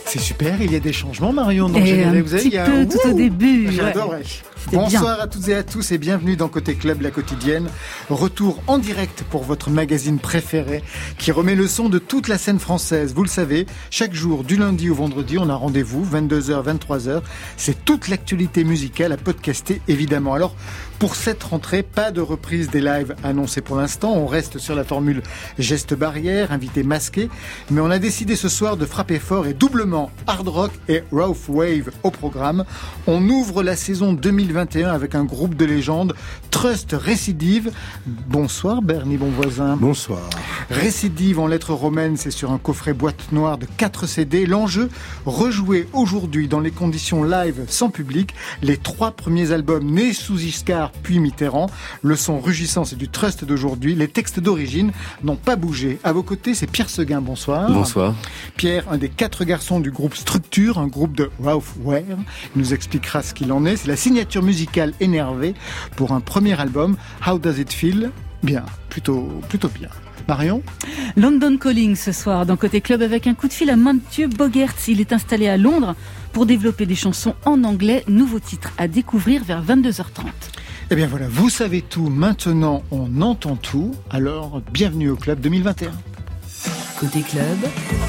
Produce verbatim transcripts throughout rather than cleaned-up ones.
C'est super, il y a des changements, Marion. Donc, et un vous avez, petit il y a... peu tout Ouh, au début. J'adorais. Ouais. Bonsoir bien. À toutes et à tous et bienvenue dans Côté Club, la quotidienne. Retour en direct pour votre magazine préféré qui remet le son de toute la scène française. Vous le savez, chaque jour, du lundi au vendredi, on a rendez-vous, vingt-deux heures, vingt-trois heures. C'est toute l'actualité musicale à podcaster, évidemment. Alors, pour cette rentrée, pas de reprise des lives annoncés pour l'instant. On reste sur la formule geste barrière, invité masqué. Mais on a décidé ce soir de frapper fort et doublement hard rock et raw wave au programme. On ouvre la saison deux mille vingt et un avec un groupe de légendes, Trust Récidive. Bonsoir Bernie Bonvoisin. Bonsoir. Récidive en lettres romaines, c'est sur un coffret boîte noire de quatre C D. L'enjeu, rejouer aujourd'hui dans les conditions live sans public les trois premiers albums nés sous Giscard puis Mitterrand. Le son rugissant, c'est du Trust d'aujourd'hui. Les textes d'origine n'ont pas bougé. À vos côtés, c'est Pierre Seguin. Bonsoir. Bonsoir. Pierre, un des quatre garçons du groupe Structure, un groupe de raw wave. Il nous expliquera ce qu'il en est. C'est la signature musicale énervée pour un premier album. How Does It Feel? Bien, plutôt, plutôt bien. Marion? London Calling ce soir dans Côté Club avec un coup de fil à Mathieu Bogertz. Il est installé à Londres pour développer des chansons en anglais. Nouveau titre à découvrir vers vingt-deux heures trente. Eh bien voilà, vous savez tout, maintenant on entend tout. Alors, bienvenue au Club deux mille vingt et un. Côté Club,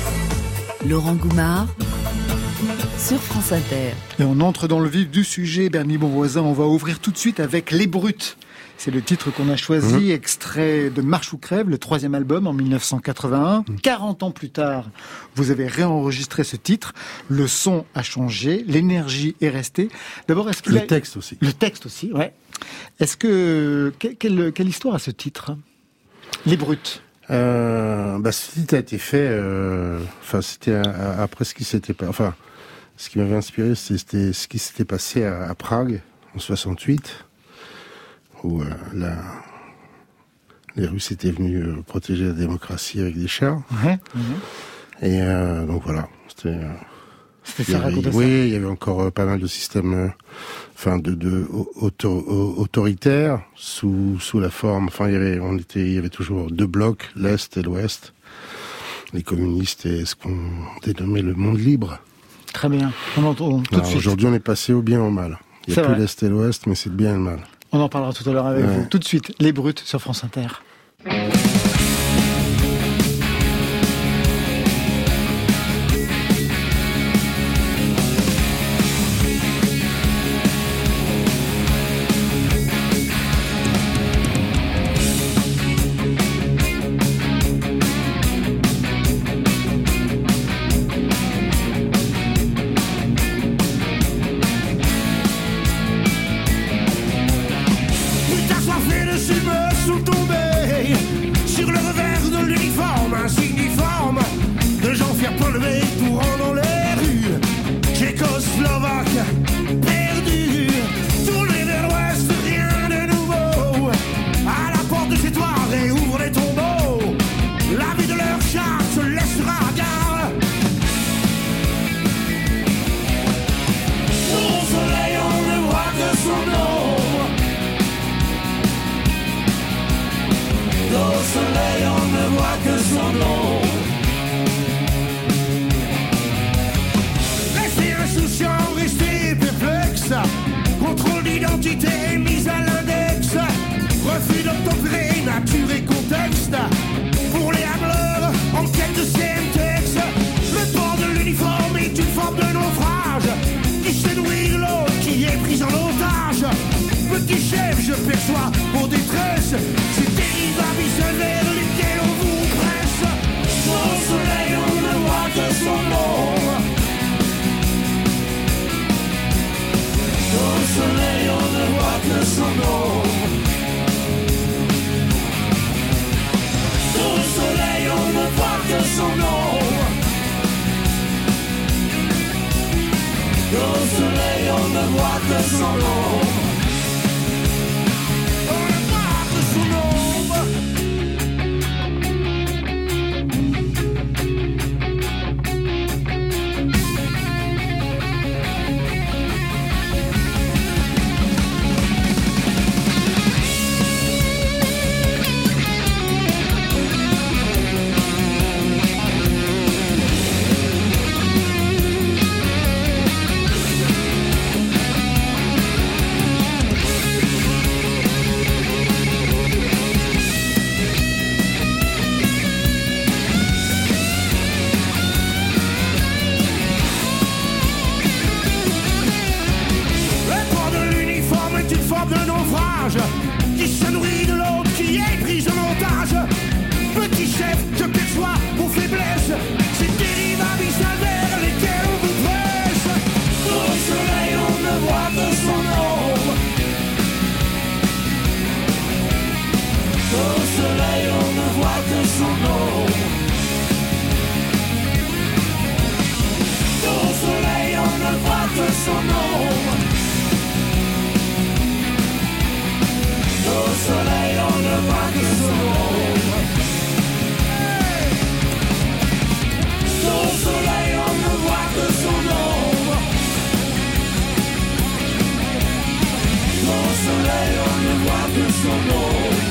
Laurent Goumard sur France Inter. Et on entre dans le vif du sujet, Bernie Bonvoisin. On va ouvrir tout de suite avec Les Brutes. C'est le titre qu'on a choisi, mmh. extrait de Marche ou Crève, le troisième album en mille neuf cent quatre-vingt-un. Mmh. quarante ans plus tard, vous avez réenregistré ce titre. Le son a changé, l'énergie est restée. D'abord, est-ce que le a... texte aussi. Le texte aussi, ouais. Est-ce que quelle, quelle histoire a ce titre, Les Brutes? Euh, bah, ce titre a été fait. Euh, enfin, c'était à, après ce qui s'était pas. Enfin, ce qui m'avait inspiré, c'était ce qui s'était passé à, à Prague en soixante-huit. Où euh, la... les Russes étaient venus euh, protéger la démocratie avec des chars. Ouais, mmh. Et euh, donc voilà, c'était... Euh, c'était ça, raconter ça. Oui, il y avait encore euh, pas mal de systèmes euh, enfin, de, de, auto, autoritaires sous, sous la forme... Enfin, il y avait, on était, il y avait toujours deux blocs, l'Est et l'Ouest. Les communistes et ce qu'on dénommait le monde libre. Très bien, on entend tout Alors, de suite. Aujourd'hui, on est passé au bien et au mal. Il n'y a plus l'Est et l'Ouest, mais c'est le bien et le mal. On en parlera tout à l'heure avec ouais. vous. Tout de suite, Les Brutes sur France Inter. forme de naufrage, qui se nourrit de l'autre, qui est prise en otage. Petit chef, je perçois vos faiblesses, ces dérives abyssales vers lesquelles on vous presse. Au soleil, on ne voit que son ombre. Au soleil, on ne voit que son ombre. Au soleil, on ne voit que son ombre. Au soleil, on ne voit que son ombre. Au soleil, on ne voit que son ombre. Au soleil, on ne voit que son ombre.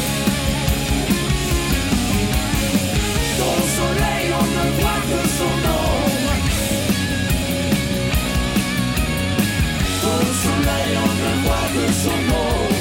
Au soleil, on ne voit que son ombre. Au soleil, on ne voit que son ombre.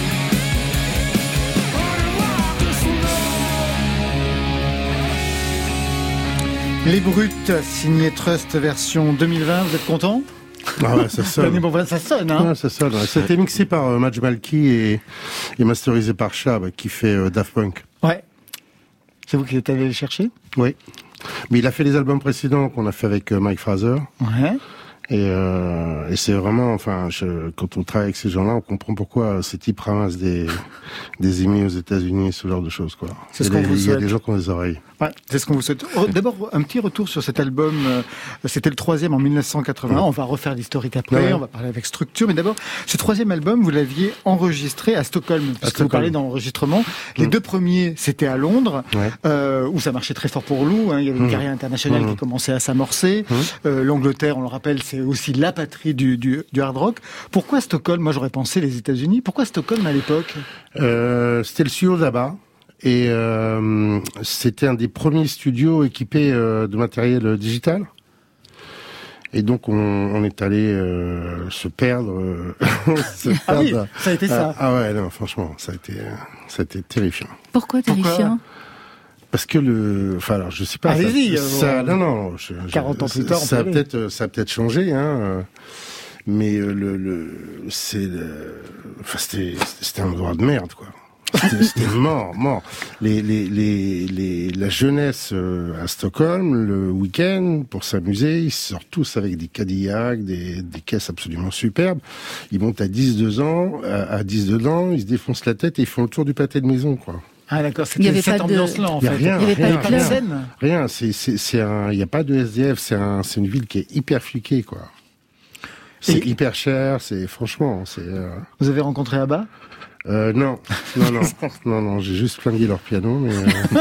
Les Brutes, signé Trust version deux mille vingt, vous êtes content? Ah ouais, ça sonne. Bon, ça sonne, hein. Ouais, ça sonne. Ouais. C'était mixé par euh, Madj Malky et, et masterisé par Chab, qui fait euh, Daft Punk. Ouais. C'est vous qui êtes allé le chercher? Oui. Mais il a fait les albums précédents qu'on a fait avec euh, Mike Fraser. Ouais. Et, euh, et c'est vraiment, enfin, je, quand on travaille avec ces gens-là, on comprend pourquoi ces types ramassent des, des émis aux États-Unis, ce genre de choses, quoi. C'est ce qu'on vous souhaite. Il y a des gens qui ont des oreilles. Ouais, c'est ce qu'on vous souhaite. D'abord, un petit retour sur cet album. C'était le troisième en mille neuf cent quatre-vingt-un. Ouais. On va refaire l'historique après. Ouais. On va parler avec Structure. Mais d'abord, ce troisième album, vous l'aviez enregistré à Stockholm. Parce à que Stockholm. Vous parlez d'enregistrement. Les mmh. deux premiers, c'était à Londres, ouais. euh, où ça marchait très fort pour Lou. Hein. Il y avait une mmh. carrière internationale mmh. qui commençait à s'amorcer. Mmh. Euh, L'Angleterre, on le rappelle, c'est aussi la patrie du, du, du hard rock. Pourquoi Stockholm? Moi, j'aurais pensé les États-Unis. Pourquoi Stockholm à l'époque? euh, C'était le studio là-bas. Et euh, c'était un des premiers studios équipés euh, de matériel digital. Et donc on, on est allé euh, se perdre. Euh, se ah perdre. Oui, ça a été ça. Ah, ah ouais, non, franchement, ça a été, ça a été terrifiant. Pourquoi terrifiant? Parce que le, enfin alors je sais pas. Allez-y. Ça, ça, non non. Je, quarante ans plus tard. Ça a peut-être, ça a peut-être changé, hein. Mais le, le, c'est, le, enfin c'était, c'était un endroit de merde, quoi. C'était, c'était mort, mort. Les, les, les, les, la jeunesse euh, à Stockholm, le week-end, pour s'amuser, ils sortent tous avec des Cadillacs, des, des caisses absolument superbes. Ils montent à dix deux ans, à, à dix deux ans, ils se défoncent la tête et ils font le tour du pâté de maison, quoi. Ah d'accord, c'était cette ambiance-là en fait. Rien, il n'y avait rien, pas de rien, scène. Rien, c'est, c'est, c'est un, il n'y a pas de S D F, c'est un, c'est une ville qui est hyper fliquée, quoi. C'est et... hyper cher, c'est, franchement, c'est... Euh... Vous avez rencontré Abba? Euh, non, non, non, non, non, j'ai juste flingué leur piano, mais...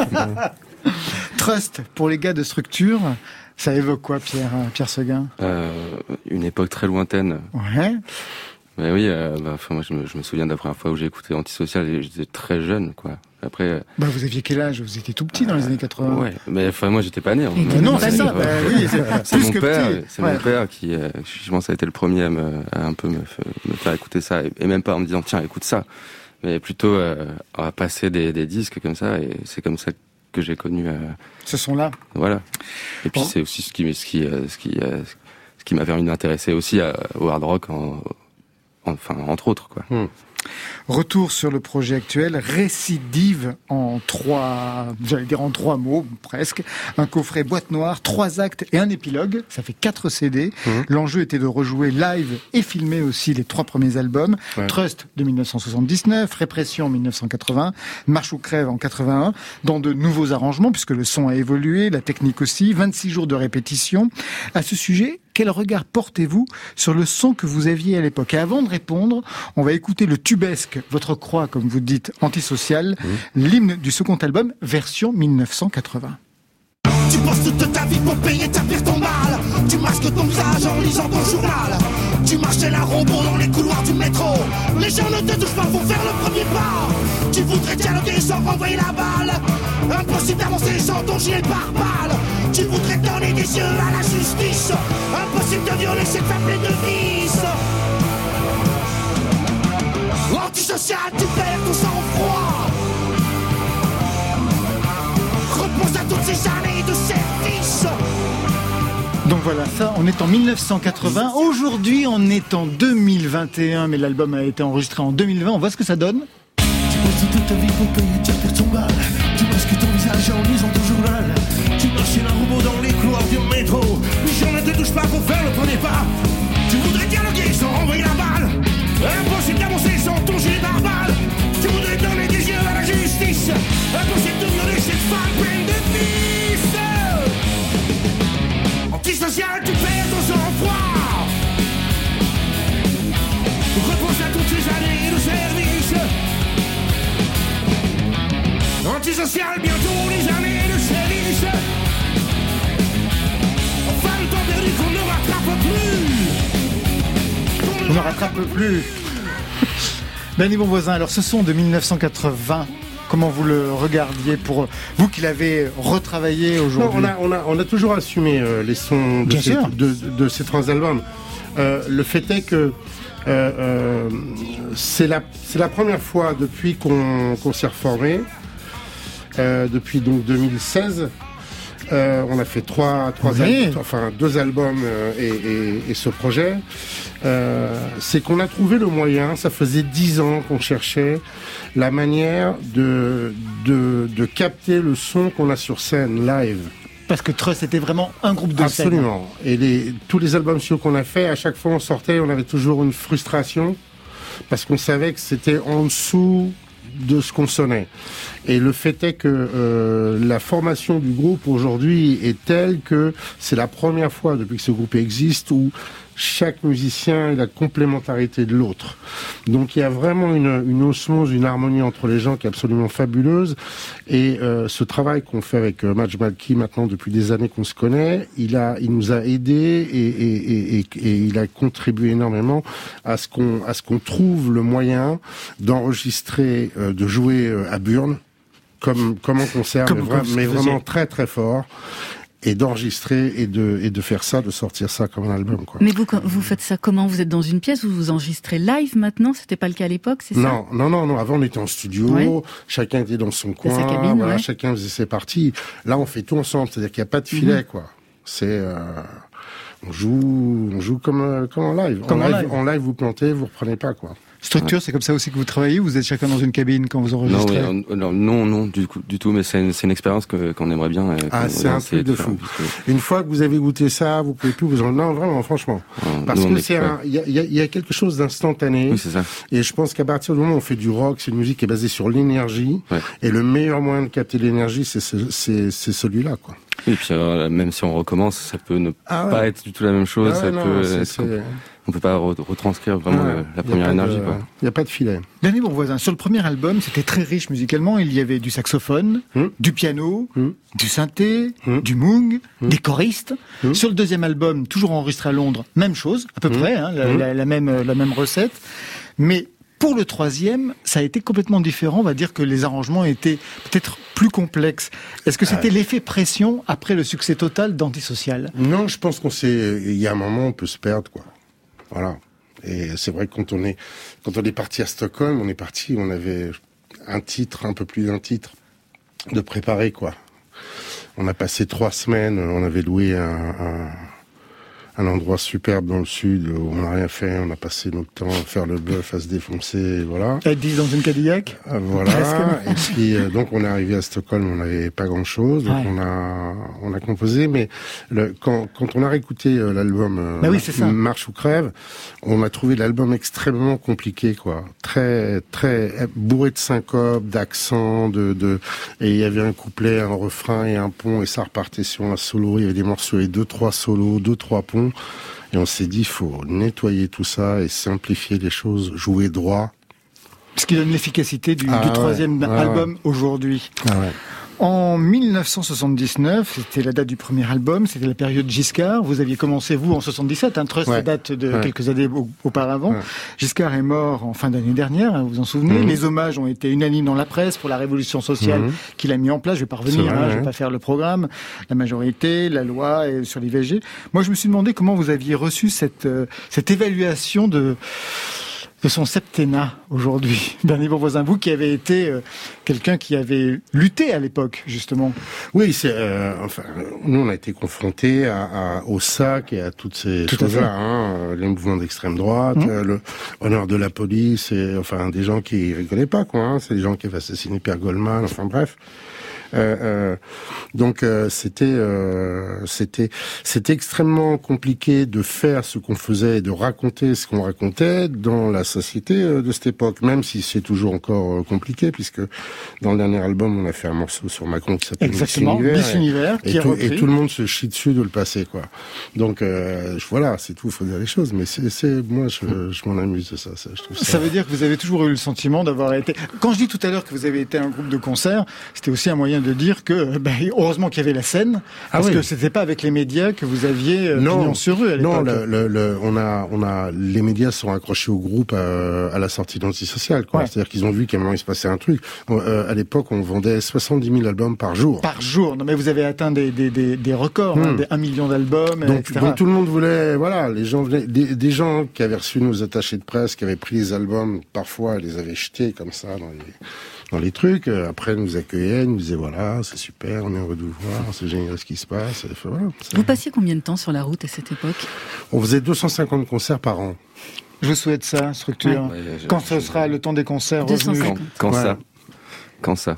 Euh, Trust, pour les gars de Structure, ça évoque quoi, Pierre, Pierre Seguin? euh, Une époque très lointaine. Ouais. Mais oui, euh, bah, moi je me, je me souviens de la première fois où j'ai écouté Antisocial, et j'étais très jeune, quoi. Après. Bah vous aviez quel âge? Vous étiez tout petit dans les années quatre-vingts. Ouais, mais enfin moi j'étais pas né. Mais non, c'est ça. Bah, oui, c'est, c'est mon père. petit. C'est ouais. mon père qui, euh, je pense, a été le premier à, me, à un peu me, me faire écouter ça, et, et même pas en me disant tiens écoute ça, mais plutôt euh, à passer des, des disques comme ça, et c'est comme ça que j'ai connu. Euh, Ce son-là. Voilà. Et puis bon. C'est aussi ce qui, ce qui, ce qui, ce qui m'a permis d'intéresser aussi à, au hard rock, en, enfin entre autres, quoi. Hmm. Retour sur le projet actuel, récidive en trois, j'allais dire en trois mots, presque. Un coffret boîte noire, trois actes et un épilogue. Ça fait quatre C D. Mmh. L'enjeu était de rejouer live et filmer aussi les trois premiers albums. Ouais. Trust de mille neuf cent soixante-dix-neuf, Répression en mille neuf cent quatre-vingts, Marche ou crève en quatre-vingt-un, dans de nouveaux arrangements puisque le son a évolué, la technique aussi, vingt-six jours de répétition. À ce sujet, quel regard portez-vous sur le son que vous aviez à l'époque? Et avant de répondre, on va écouter le tubesque, votre croix, comme vous dites, Antisocial, mmh. l'hymne du second album, version mille neuf cent quatre-vingts. Tu bosses toute ta vie pour payer ta pire ton mal. Tu masques ton visage en lisant ton journal. Tu marchais la robot dans les couloirs du métro. Les gens ne te touchent pas pour faire le premier pas. Tu voudrais dialoguer sans renvoyer la balle. Impossible d'avancer sans ton gilet pare-balles. Tu voudrais donner des yeux à la justice. Impossible de violer cette femme pleine de vices. Antisocial, tu perds ton sang-froid. Repense à toutes ces années de service. Donc Donc voilà, ça, on est en mille neuf cent quatre-vingts. Aujourd'hui, on est en deux mille vingt et un, mais l'album a été enregistré en deux mille vingt. On voit ce que ça donne. Tu bosses toute ta vie pour payer ta pire ton mal. Tu masques ton visage en lisant ton journal. Tu marches un robot dans les couloirs du métro. Les gens ne te touchent pas pour faire le premier pas. Tu voudrais dialoguer sans renvoyer la balle. Impossible d'avancer sans ton gilet pare-balles. Tu voudrais donner des yeux à la justice. Impossible de violer cette femme pleine de vices. Antisocial, tu perds ton sang-froid. Repose à toutes ces années de service. Antisocial, bientôt les années de service. Enfin le temps perdu qu'on ne rattrape plus. On ne rattrape plus. Benny Bonvoisin, alors ce son de mille neuf cent quatre-vingts, comment vous le regardiez pour vous qui l'avez retravaillé aujourd'hui? Non, on a, on a, on a toujours assumé euh, les sons de ces, de, de ces trois albums. Euh, le fait est que euh, euh, c'est la, c'est la première fois depuis qu'on, qu'on s'est reformé, euh, depuis donc deux mille seize. Euh, on a fait trois, trois oui. albums, enfin deux albums euh, et, et, et ce projet. Euh, c'est qu'on a trouvé le moyen. Ça faisait dix ans qu'on cherchait la manière de, de de capter le son qu'on a sur scène live. Parce que Trust était vraiment un groupe de scène. Absolument. Et les, tous les albums studio qu'on a fait, à chaque fois on sortait, on avait toujours une frustration parce qu'on savait que c'était en dessous de ce qu'on sonnait. Et le fait est que euh, la formation du groupe aujourd'hui est telle que c'est la première fois depuis que ce groupe existe où chaque musicien a la complémentarité de l'autre. Donc il y a vraiment une, une osmose, une harmonie entre les gens qui est absolument fabuleuse. Et euh, ce travail qu'on fait avec euh, Madj Malky maintenant depuis des années qu'on se connaît, il a, il nous a aidés et, et, et, et, et il a contribué énormément à ce qu'on, à ce qu'on trouve le moyen d'enregistrer, euh, de jouer euh, à Burn comme comme en concert, comme, mais, vra- mais vraiment très très fort. Et d'enregistrer et de et de faire ça, de sortir ça comme un album, quoi. Mais vous vous faites ça comment? Vous êtes dans une pièce où vous enregistrez live maintenant? C'était pas le cas à l'époque, c'est ça? Non, non, non, non. Avant on était en studio, ouais. Chacun était dans son coin, sa cabine, voilà, ouais. Chacun faisait ses parties. Là, on fait tout ensemble, c'est-à-dire qu'il n'y a pas de filet, mmh. quoi. C'est euh, on joue, on joue comme euh, comme en live. Comme en, en live, live. En live, vous plantez, vous reprenez pas, quoi. Structure, ouais. C'est comme ça aussi que vous travaillez? Vous êtes chacun dans une cabine quand vous enregistrez? Non, oui, non, non, non, du, coup, du tout, mais c'est une, c'est une expérience que, qu'on aimerait bien. Ah, c'est un truc de fou. Que... Une fois que vous avez goûté ça, vous pouvez plus vous en... Non, vraiment, franchement. Non, Parce nous, que c'est un, il y a, il y a, il y a quelque chose d'instantané. Oui, c'est ça. Et je pense qu'à partir du moment où on fait du rock, c'est une musique qui est basée sur l'énergie. Ouais. Et le meilleur moyen de capter l'énergie, c'est, ce, c'est, c'est celui-là, quoi. Et puis, euh, même si on recommence, ça peut ne ah ouais. pas être du tout la même chose. Ah ouais, ça non, peut c'est, c'est... On peut pas retranscrire vraiment ah, la première énergie. Il n'y a pas de filet. Benny Bonvoisin, sur le premier album, c'était très riche musicalement. Il y avait du saxophone, hum. du piano, hum. du synthé, hum. du moog, hum. des choristes. Hum. Sur le deuxième album, toujours enregistré à Londres, même chose, à peu hum. près, hein, la, la, la, même, la même recette. Mais pour le troisième, ça a été complètement différent. On va dire que les arrangements étaient peut-être plus complexes. Est-ce que c'était euh... l'effet pression après le succès total d'Antisocial? Non, je pense qu'on s'est... Il y a un moment, on peut se perdre, quoi. Voilà. Et c'est vrai que quand on est, quand on est parti à Stockholm, on est parti, on avait un titre, un peu plus d'un titre de préparer, quoi. On a passé trois semaines, on avait loué un, un, un endroit superbe dans le sud où on n'a rien fait, on a passé notre temps à faire le bœuf, à se défoncer, voilà. À être dans une Cadillac. Euh, voilà. Et puis euh, donc on est arrivé à Stockholm, on n'avait pas grand chose, donc ouais. on a on a composé, mais le, quand quand on a réécouté euh, l'album euh, bah oui, Marche ou crève, on a trouvé l'album extrêmement compliqué, quoi, très très bourré de syncopes, d'accents, de de et il y avait un couplet, un refrain et un pont et ça repartait sur un solo. Il y avait des morceaux et deux trois solos, deux trois ponts. Et on s'est dit, il faut nettoyer tout ça et simplifier les choses, jouer droit. Ce qui donne l'efficacité du, ah du ouais, troisième ouais, album ouais. aujourd'hui. Ah ouais. En mille neuf cent soixante-dix-neuf, c'était la date du premier album, c'était la période Giscard. Vous aviez commencé, vous, en soixante-dix-sept, un Trust ouais. date de ouais. quelques années auparavant. Ouais. Giscard est mort en fin d'année dernière, hein, vous vous en souvenez. Mmh. Les hommages ont été unanimes dans la presse pour la révolution sociale mmh. qu'il a mis en place. Je vais pas revenir, vrai, hein, ouais. je vais pas faire le programme. La majorité, la loi et sur l'I V G. Moi, je me suis demandé comment vous aviez reçu cette, euh, cette évaluation de... de son septennat aujourd'hui. Bernie Bonvoisin, vous qui avez été euh, quelqu'un qui avait lutté à l'époque, justement. Oui, c'est euh, enfin nous on a été confrontés à, à au S A C et à toutes ces Tout choses-là, hein, les mouvements d'extrême droite, mmh. euh, le honneur de la police, et enfin des gens qui rigolaient pas, quoi. Hein, c'est des gens qui avaient assassiné Pierre Goldman, enfin bref. Euh, euh, donc euh, c'était euh, c'était c'était extrêmement compliqué de faire ce qu'on faisait et de raconter ce qu'on racontait dans la société euh, de cette époque, même si c'est toujours encore euh, compliqué, puisque dans le dernier album on a fait un morceau sur Macron qui s'appelle Miss Univers, Miss Univers et, qui et, tout, est et tout le monde se chie dessus de le passer, quoi. Donc euh, voilà, c'est tout, faut dire les choses, mais c'est, c'est moi je, je m'en amuse de ça, ça, je trouve ça. Ça veut dire que vous avez toujours eu le sentiment d'avoir été. Quand je dis tout à l'heure que vous avez été un groupe de concert, c'était aussi un moyen de dire que ben, heureusement qu'il y avait la scène, parce ah oui. que c'était pas avec les médias que vous aviez euh, pignon sur rue à l'époque. Non, le, le, le, on a, on a, les médias sont accrochés au groupe à, à la sortie d'Antisocial, quoi. Ouais. C'est-à-dire qu'ils ont vu qu'à un moment il se passait un truc. Euh, à l'époque, on vendait soixante-dix mille albums par jour. Par jour. Non, mais vous avez atteint des, des, des, des records, hmm. hein, des un million d'albums, donc, et cetera. Donc tout le monde voulait, voilà, les gens venaient, des, des gens qui avaient reçu nos attachés de presse, qui avaient pris les albums, parfois, les avaient jetés comme ça dans les, dans les trucs. Après, ils nous accueillaient, ils nous disaient voilà, c'est super, on est heureux de vous voir, c'est génial ce qui se passe. Enfin, voilà, vous passiez combien de temps sur la route à cette époque? On faisait deux cent cinquante concerts par an. Je vous souhaite ça, structure. Ouais. Ouais, quand ce sera le temps des concerts revenus. Quand, quand ouais. ça Quand ça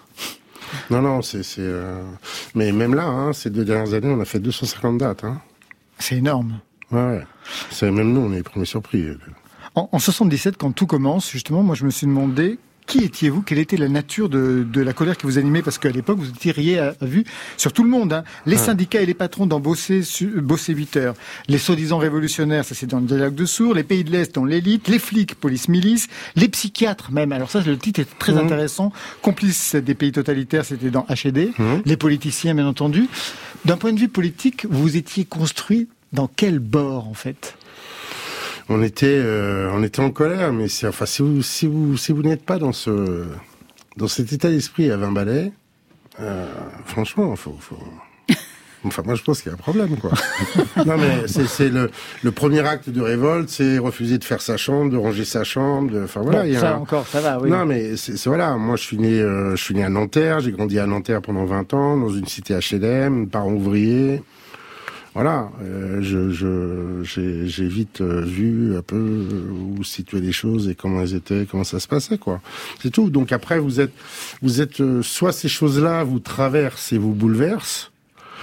Non, non, c'est... c'est euh... Mais même là, hein, ces deux dernières années, on a fait deux cent cinquante dates. Hein. C'est énorme. Ouais, c'est, même nous, on est les premiers surpris. En, en soixante-dix-sept, quand tout commence, justement, moi je me suis demandé... Qui étiez-vous? Quelle était la nature de, de la colère qui vous animait? Parce qu'à l'époque, vous tiriez à, à vue sur tout le monde. Hein. Les ah. syndicats et les patrons dans Bosser, su, Bosser huit heures. Les soi-disant révolutionnaires, ça c'est dans le dialogue de sourds. Les pays de l'Est dans l'élite. Les flics, police, milice. Les psychiatres même. Alors ça, le titre est très mmh. intéressant. Complices des pays totalitaires, c'était dans H et D. Mmh. Les politiciens, bien entendu. D'un point de vue politique, vous étiez construit dans quel bord, en fait? On était, euh, on était en colère, mais c'est, enfin, si vous, si vous, si vous n'êtes pas dans ce, dans cet état d'esprit à vingt balais, euh, franchement, faut, faut, enfin, moi, je pense qu'il y a un problème, quoi. Non, mais c'est, c'est le, le premier acte de révolte, c'est refuser de faire sa chambre, de ranger sa chambre, de, enfin, voilà. Bon, il y a ça un... encore, ça va, oui. Non, mais c'est, c'est voilà. Moi, je suis né, euh, je suis né à Nanterre, j'ai grandi à Nanterre pendant vingt ans, dans une cité H L M, parents ouvriers. Voilà, euh, je, je, j'ai, j'ai vite euh, vu un peu où situer les choses et comment elles étaient, comment ça se passait, quoi. C'est tout. Donc après, vous êtes, vous êtes, euh, soit ces choses-là vous traversent et vous bouleversent,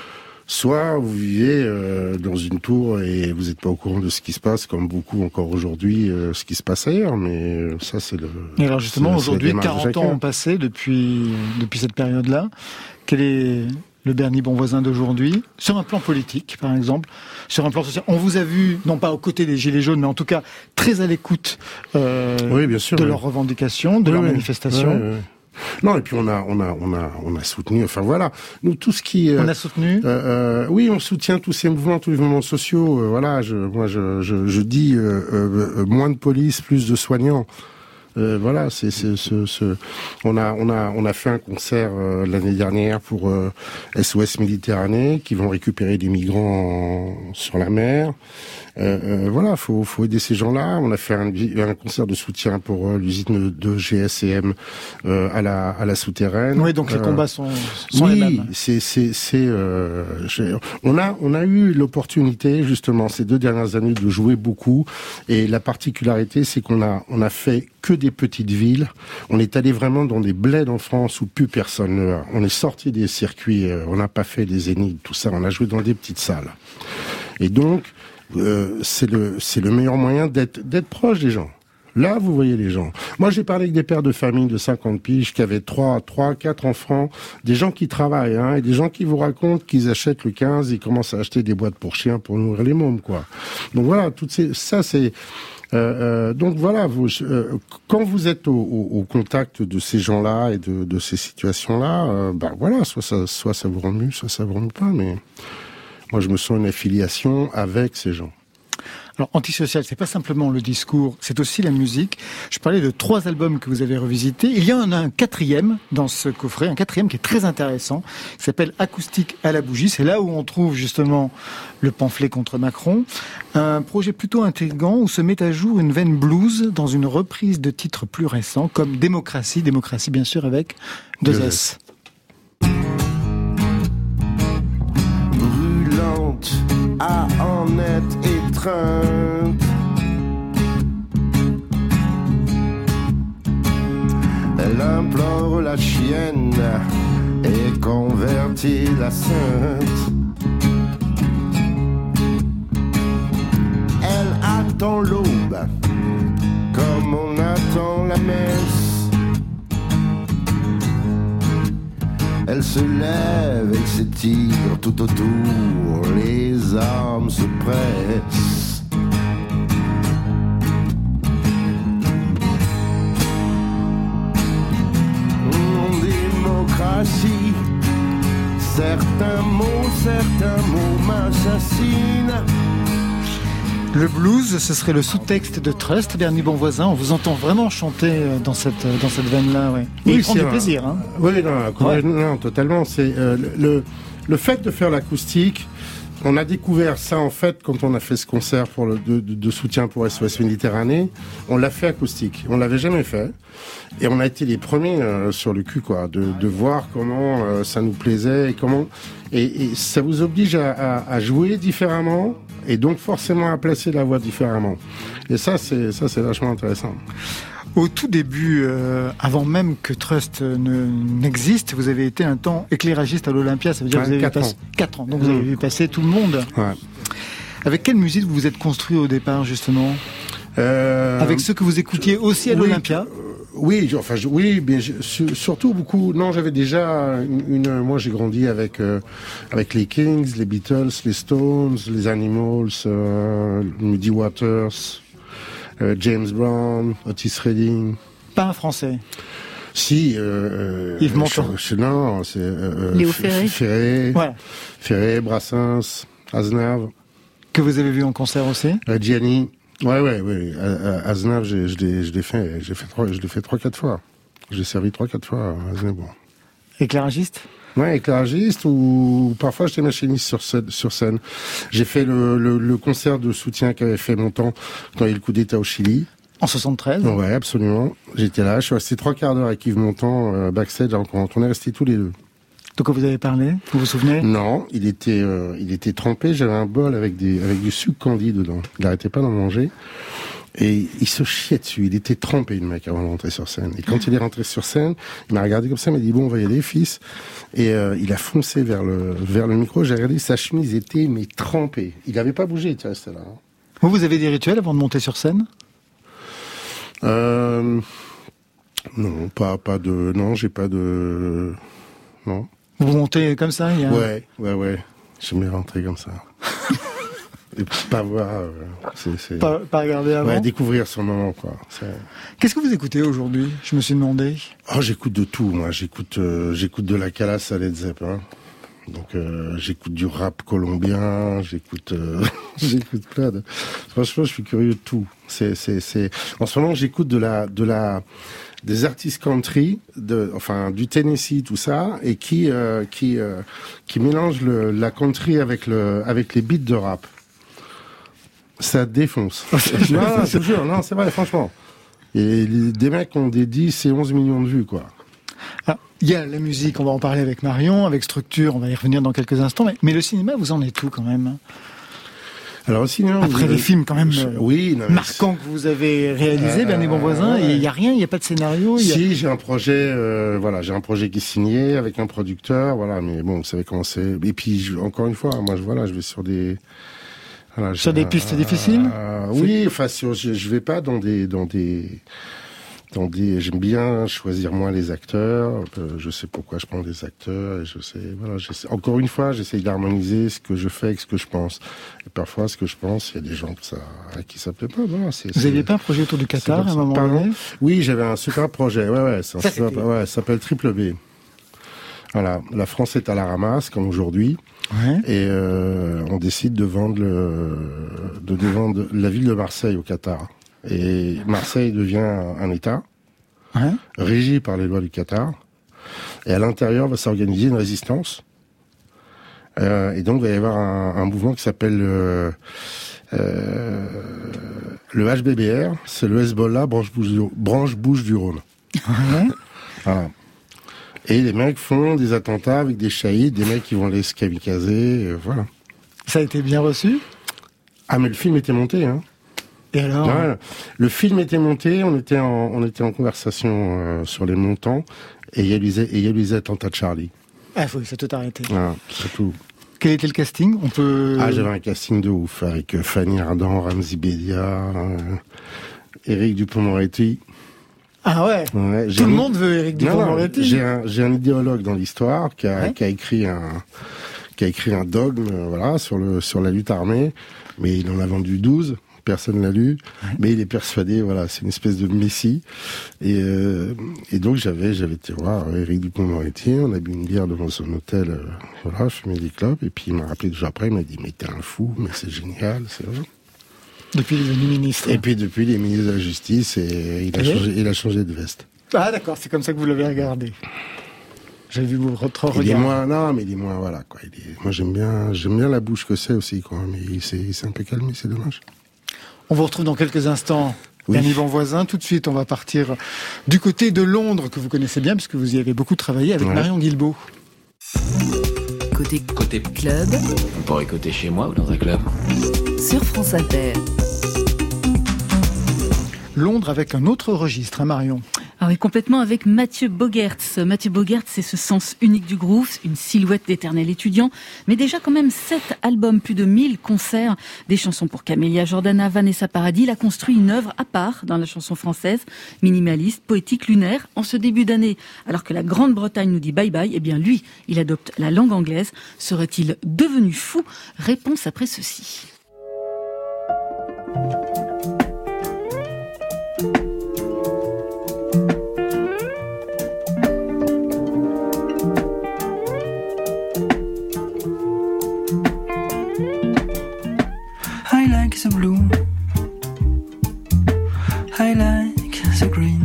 soit vous vivez euh, dans une tour et vous n'êtes pas au courant de ce qui se passe, comme beaucoup encore aujourd'hui, euh, ce qui se passe ailleurs. Mais euh, ça, c'est le. Et alors justement, aujourd'hui, quarante ans ont passé depuis depuis cette période-là. Quel est le Bernie Bonvoisin d'aujourd'hui, sur un plan politique, par exemple, sur un plan social? On vous a vu, non pas aux côtés des Gilets jaunes, mais en tout cas très à l'écoute euh, oui, bien sûr, de oui. leurs revendications, de oui, leurs oui. manifestations. Oui, oui. Non, et puis on a, on a, on a, on a soutenu. Enfin voilà, nous tout ce qui. Euh, on a soutenu. Euh, euh, oui, on soutient tous ces mouvements, tous les mouvements sociaux. Euh, voilà, je, moi, je, je, je dis euh, euh, moins de police, plus de soignants. Euh, voilà, c'est, c'est, c'est, c'est, on a, on a, on a fait un concert euh, l'année dernière pour euh, S O S Méditerranée, qui vont récupérer des migrants en, sur la mer. Euh, euh, voilà, faut, faut aider ces gens-là. On a fait un, un concert de soutien pour euh, l'usine de G S et M euh, à la, à la souterraine. Oui, donc les euh, combats sont, sont oui, les mêmes. Oui, c'est, c'est, c'est. Euh, on a, on a eu l'opportunité justement ces deux dernières années de jouer beaucoup, et la particularité, c'est qu'on a, on a fait que des petites villes. On est allé vraiment dans des bleds en France où plus personne ne va. On est sorti des circuits. Euh, on n'a pas fait des zéniths, tout ça. On a joué dans des petites salles. Et donc. Euh, c'est le c'est le meilleur moyen d'être d'être proche des gens. Là, vous voyez les gens. Moi, j'ai parlé avec des pères de famille de cinquante piges qui avaient trois, trois, quatre enfants, des gens qui travaillent, hein, et des gens qui vous racontent qu'ils achètent le quinze, ils commencent à acheter des boîtes pour chiens pour nourrir les mômes, quoi. Donc voilà, toutes ces, ça c'est. Euh, euh, donc voilà, vous, euh, quand vous êtes au, au, au contact de ces gens-là et de, de ces situations-là, euh, ben voilà, soit ça, soit ça vous remue, soit ça vous remue pas, mais. Moi, je me sens une affiliation avec ces gens. Alors, Antisocial, c'est pas simplement le discours, c'est aussi la musique. Je parlais de trois albums que vous avez revisités. Il y en a un quatrième dans ce coffret, un quatrième qui est très intéressant, qui s'appelle Acoustique à la bougie. C'est là où on trouve justement le pamphlet contre Macron. Un projet plutôt intrigant où se met à jour une veine blues dans une reprise de titres plus récents, comme Démocratie, Démocratie bien sûr avec deux S. Brûlante à en être étreinte, elle implore la chienne et convertit la sainte. Elle attend l'aube comme on attend la messe. Elle se lève et s'étire tout autour, les armes se pressent. En démocratie, certains mots, certains mots m'assassinent. Le blues, ce serait le sous-texte de Trust, Bernie Bonvoisin. On vous entend vraiment chanter dans cette, dans cette veine-là, ouais. Et oui, il prend du plaisir, hein. Oui, non, ouais. non, totalement. C'est euh, le, le fait de faire l'acoustique. On a découvert ça en fait quand on a fait ce concert pour le, de, de soutien pour S O S Méditerranée. On l'a fait acoustique. On l'avait jamais fait. Et on a été les premiers euh, sur le cul, quoi, de, de voir comment euh, ça nous plaisait et comment. Et, et ça vous oblige à, à, à jouer différemment. Et donc forcément à placer la voix différemment. Et ça, c'est ça, c'est vachement intéressant. Au tout début, euh, avant même que Trust ne, n'existe, vous avez été un temps éclairagiste à l'Olympia. Ça veut dire que vous avez quatre passé ans. quatre ans. Donc vous avez vu passer tout le monde. Ouais. Avec quelle musique vous vous êtes construit au départ, justement euh... Avec ceux que vous écoutiez aussi à oui, l'Olympia euh, Oui, enfin, je, oui, mais je, surtout beaucoup. Non, j'avais déjà une. une moi, j'ai grandi avec euh, avec les Kings, les Beatles, les Stones, les Animals, euh, Muddy Waters, euh, James Brown, Otis Redding. Pas un Français. Si. Euh, Yves Montand. Je, je, non, c'est euh, Léo Ferré. Ferré. Voilà. Ferré, Brassens, Aznavour. Que vous avez vu en concert aussi. Euh, Gianni. Ouais, ouais, ouais. Aznavour, je l'ai, je l'ai fait, j'ai fait trois, je l'ai fait trois, quatre fois. J'ai servi trois, quatre fois à Aznavour. Éclairagiste? Ouais, éclairagiste ou parfois j'étais machiniste sur scène. Sur scène. J'ai fait le, le, le concert de soutien qu'avait fait Montand quand il y a eu le coup d'État au Chili. En soixante-treize? Ouais, absolument. J'étais là, je suis resté trois quarts d'heure avec Yves Montand, euh, backstage, quand on est restés tous les deux. De quoi vous avez parlé? Vous vous souvenez? Non, il était, euh, il était trempé. J'avais un bol avec des, avec du sucre candi dedans. Il n'arrêtait pas d'en manger. Et il se chiait dessus. Il était trempé, le mec, avant de rentrer sur scène. Et quand il est rentré sur scène, il m'a regardé comme ça, il m'a dit, bon, on va y aller, fils. Et euh, il a foncé vers le, vers le micro. J'ai regardé, sa chemise était, mais trempée. Il n'avait pas bougé, tu vois, c'était là. Vous, vous avez des rituels avant de monter sur scène? Euh, non, pas, pas de, non, j'ai pas de, non. Vous montez comme ça, il y a... Ouais, ouais, ouais. J'aime bien rentrer comme ça. Et pas voir, euh, c'est, c'est... Pas, pas regarder avant. Ouais, découvrir son moment, quoi. C'est... Qu'est-ce que vous écoutez aujourd'hui? Je me suis demandé. Oh, j'écoute de tout, moi. J'écoute, euh, j'écoute de la Calas à Led Zeppelin. Donc, euh, j'écoute du rap colombien. J'écoute, euh, j'écoute plein de. Franchement, je suis curieux de tout. C'est, c'est, c'est. En ce moment, j'écoute de la, de la, des artistes country, de, enfin, du Tennessee, tout ça, et qui, euh, qui, euh, qui mélangent le, la country avec le, avec les beats de rap. Ça défonce. non, non, je te jure, non, c'est vrai, franchement. Et les, des mecs ont des dix et onze millions de vues, quoi. Ah, il y a la musique, on va en parler avec Marion, avec Structure, on va y revenir dans quelques instants, mais, mais le cinéma, vous en êtes où quand même? Alors, le cinéma... Après vous, les films quand même je, euh, oui, non, marquants que vous avez réalisés, euh, Bernie Bonvoisin, il euh, n'y a rien, il n'y a pas de scénario. Si, y a... j'ai un projet, euh, voilà, j'ai un projet qui est signé avec un producteur, voilà, mais bon, vous savez comment c'est. Et puis, je, encore une fois, moi, je, voilà, je vais sur des... Voilà, sur des pistes euh, difficiles euh, Oui, enfin, sur, je, je vais pas dans des... Dans des Dans des, j'aime bien choisir moi les acteurs. Euh, je sais pourquoi je prends des acteurs et je sais, voilà, j'essaie, encore une fois, j'essaie d'harmoniser ce que je fais avec ce que je pense. Et parfois, ce que je pense, il y a des gens que ça, à qui ça plaît pas. Voilà, c'est, Vous c'est, aviez pas un projet autour du Qatar à un moment donné? Oui, j'avais un super projet. Ouais, ouais, ça, ça, ouais, ça s'appelle Triple B. Voilà, la France est à la ramasse comme aujourd'hui. Ouais. Et euh, on décide de vendre, le, de, de vendre la ville de Marseille au Qatar. Et Marseille devient un, un État, ouais. régi par les lois du Qatar. Et à l'intérieur va s'organiser une résistance. Euh, et donc il va y avoir un, un mouvement qui s'appelle euh, euh, le H B B R. C'est le Hezbollah branche bouche du, branche bouche du Rhône. Ouais. Voilà. Et les mecs font des attentats avec des shahids, des mecs qui vont les kamikazés, euh, voilà. Ça a été bien reçu ? Ah, mais le film était monté, hein. Et alors ? Ouais, le film était monté, on était en, on était en conversation euh, sur les montants, et il y a eu les, et il y a eu les attentats de Charlie. Ah, faut, ça tout arrêté. Voilà, c'est tout. Quel était le casting ? On peut... Ah, j'avais un casting de ouf, avec euh, Fanny Ardant, Ramzi Bedia, euh, Éric Dupond-Moretti. Ah ouais, ouais Tout le un... monde veut Éric Dupond-Moretti. J'ai un, j'ai un idéologue dans l'histoire qui a, ouais. qui a écrit un, qui a écrit un dogme, euh, voilà, sur le, sur la lutte armée, mais il en a vendu douze. Personne l'a lu, ouais. mais il est persuadé, voilà, c'est une espèce de messie. Et, euh, et donc j'avais, j'avais été voir Éric Dupond-Moretti, on a bu une bière devant son hôtel, euh, voilà, je fumais des clopes, et puis il m'a rappelé deux jours après, il m'a dit, mais t'es un fou, mais c'est génial, c'est vrai. Depuis il est devenu ministre. Et puis depuis il est ministre de la Justice et il a, et changé, il a changé de veste. Ah d'accord, c'est comme ça que vous l'avez regardé. J'ai vu votre regard. Il est moins, non, mais il est moins, voilà, quoi. Il est, moi j'aime bien, j'aime bien la bouche que c'est aussi, quoi, mais il s'est, il s'est un peu calmé, c'est dommage. On vous retrouve dans quelques instants. Oui. Yann Yvan Voisin, tout de suite on va partir du côté de Londres, que vous connaissez bien, puisque vous y avez beaucoup travaillé avec ouais. Marion Guilbault. Côté, côté club. On pourrait côté chez moi ou dans un club. Sur France Inter. Londres avec un autre registre, hein Marion ? Ah oui, complètement avec Mathieu Bogaerts. Mathieu Bogaerts, c'est ce sens unique du groove, une silhouette d'éternel étudiant, mais déjà quand même sept albums, plus de mille concerts, des chansons pour Camélia Jordana, Vanessa Paradis. Il a construit une œuvre à part dans la chanson française, minimaliste, poétique, lunaire, en ce début d'année. Alors que la Grande-Bretagne nous dit bye bye, eh bien lui, il adopte la langue anglaise. Serait-il devenu fou ? Réponse après ceci. The blue, I like the green,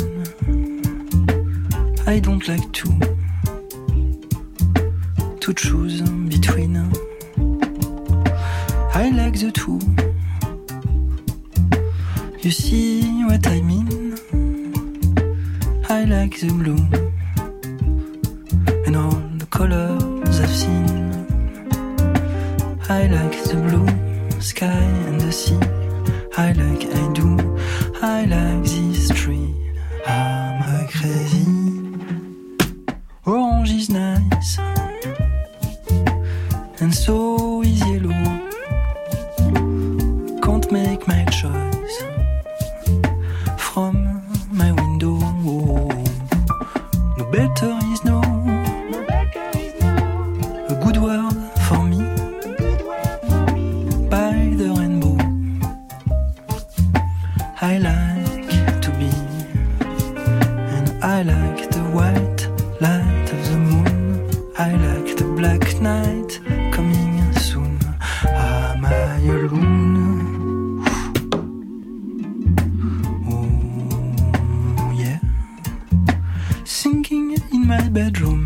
I don't like to, to choose between, I like the two, you see what I mean, I like the blue, and all the colors I've seen, I like the blue sky and the sea, I like, I do, I like this tree, am I crazy? Orange is nice, and so is yellow, can't make my choice, from my window, no better is no, a good word for me, I like to be, and I like the white light of the moon, I like the black night coming soon, am I alone? Oh yeah, singing in my bedroom.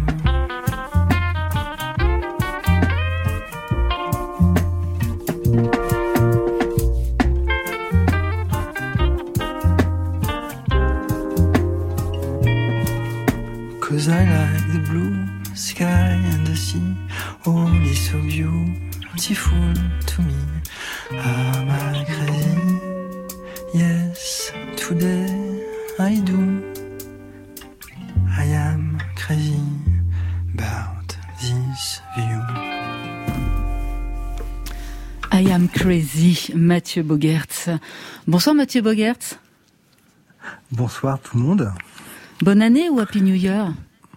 Cause I like the blue sky and the sea, all is so beautiful to me. Am I crazy? Yes, today I do. I am crazy about this view. I am crazy, Mathieu Bogaerts. Bonsoir Mathieu Bogaerts. Bonsoir tout le monde. Bonne année ou Happy New Year?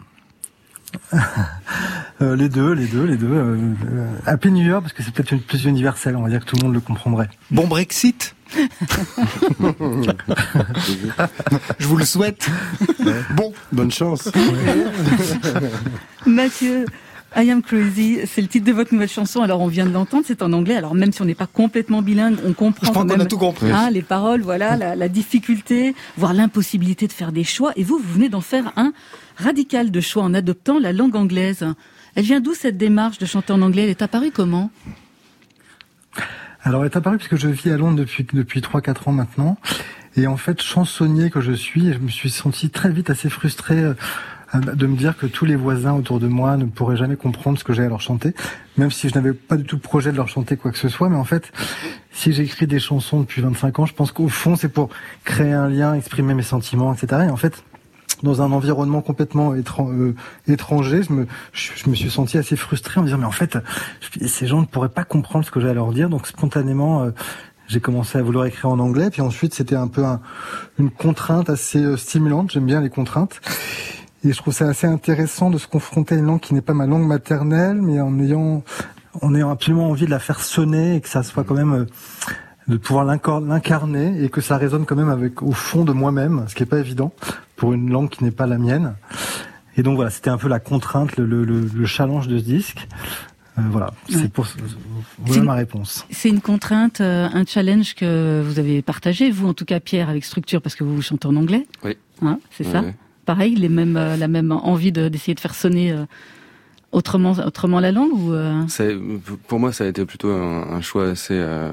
euh, Les deux, les deux, les deux. Euh, euh, Happy New Year parce que c'est peut-être une, plus universel, on va dire que tout le monde le comprendrait. Bon Brexit. Je vous le souhaite. Ouais. Bon, bonne chance. Mathieu, I Am Crazy, c'est le titre de votre nouvelle chanson. Alors on vient de l'entendre, c'est en anglais. Alors même si on n'est pas complètement bilingue, on comprend Je quand pense même qu'on a tout compris. hein, les paroles, voilà, la, la difficulté, voire l'impossibilité de faire des choix. Et vous, vous venez d'en faire un radical de choix en adoptant la langue anglaise. Elle vient d'où cette démarche de chanter en anglais? Elle est apparue comment? Alors elle est apparue parce que je vis à Londres depuis depuis trois quatre ans maintenant. Et en fait, chansonnier que je suis, je me suis senti très vite assez frustré euh, de me dire que tous les voisins autour de moi ne pourraient jamais comprendre ce que j'allais leur chanter, même si je n'avais pas du tout le projet de leur chanter quoi que ce soit. Mais en fait, si j'écris des chansons depuis vingt-cinq ans, je pense qu'au fond, c'est pour créer un lien, exprimer mes sentiments, et cetera. Et en fait, dans un environnement complètement étran- euh, étranger, je me, je, je me suis senti assez frustré en me disant, mais en fait, je, ces gens ne pourraient pas comprendre ce que j'allais leur dire. Donc spontanément, euh, j'ai commencé à vouloir écrire en anglais. Puis ensuite, c'était un peu un, une contrainte assez euh, stimulante. J'aime bien les contraintes. Et je trouve ça assez intéressant de se confronter à une langue qui n'est pas ma langue maternelle, mais en ayant, en ayant absolument envie de la faire sonner et que ça soit quand même, euh, de pouvoir l'incarner et que ça résonne quand même avec, au fond de moi-même, ce qui est pas évident pour une langue qui n'est pas la mienne. Et donc voilà, c'était un peu la contrainte, le, le, le challenge de ce disque. Euh, voilà, c'est ouais. pour, voilà ma réponse. C'est une contrainte, euh, un challenge que vous avez partagé, vous en tout cas Pierre, avec Structure, parce que vous chantez en anglais. Oui. Hein, c'est oui, ça. Oui. Pareil, les mêmes, euh, la même envie de, d'essayer de faire sonner euh, autrement, autrement la langue ou euh... C'est, pour moi, ça a été plutôt un, un choix assez, euh,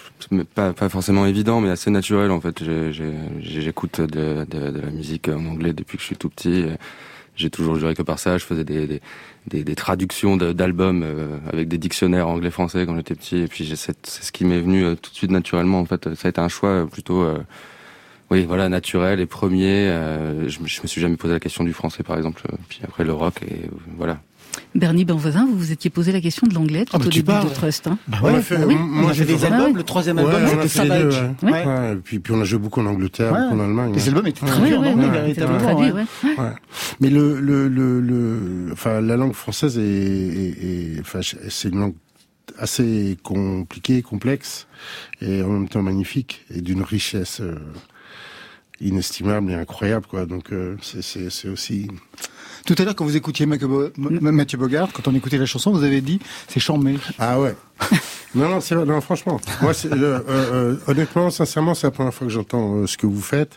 pas, pas forcément évident, mais assez naturel en fait. J'ai, j'ai, j'écoute de, de, de la musique en anglais depuis que je suis tout petit. J'ai toujours juré que par ça. Je faisais des, des, des, des traductions de, d'albums euh, avec des dictionnaires anglais-français quand j'étais petit. Et puis j'ai cette, c'est ce qui m'est venu euh, tout de suite naturellement. En fait, ça a été un choix plutôt. Euh, Oui, voilà, naturel et premier. Euh, je, je me suis jamais posé la question du français, par exemple. Puis après le rock et euh, voilà. Bernie Benvoisin, vous vous étiez posé la question de l'anglais tout ah bah au début parles. de Trust. Hein. Bah ouais, fait, bah oui. moi, on a fait des albums. Ouais. Le troisième album, ouais, c'était Savage. Ouais. Ouais. Ouais. Et puis, puis on a joué beaucoup en Angleterre, ouais. beaucoup en Allemagne. Les ouais. albums étaient ouais, traduits ouais, en anglais, ouais, véritablement. Traduit, ouais. Ouais. Ouais. Mais le, le, le, le, enfin, la langue française est, est, est, enfin, c'est une langue assez compliquée, complexe, et en même temps magnifique, et d'une richesse euh, inestimable et incroyable, quoi. Donc, euh, c'est, c'est, c'est aussi. Tout à l'heure, quand vous écoutiez Mathieu Bogart, quand on écoutait la chanson, vous avez dit c'est chambé. Ah ouais. non, non, c'est vrai, non, franchement. Moi, c'est, euh, euh, honnêtement, sincèrement, c'est la première fois que j'entends euh, ce que vous faites.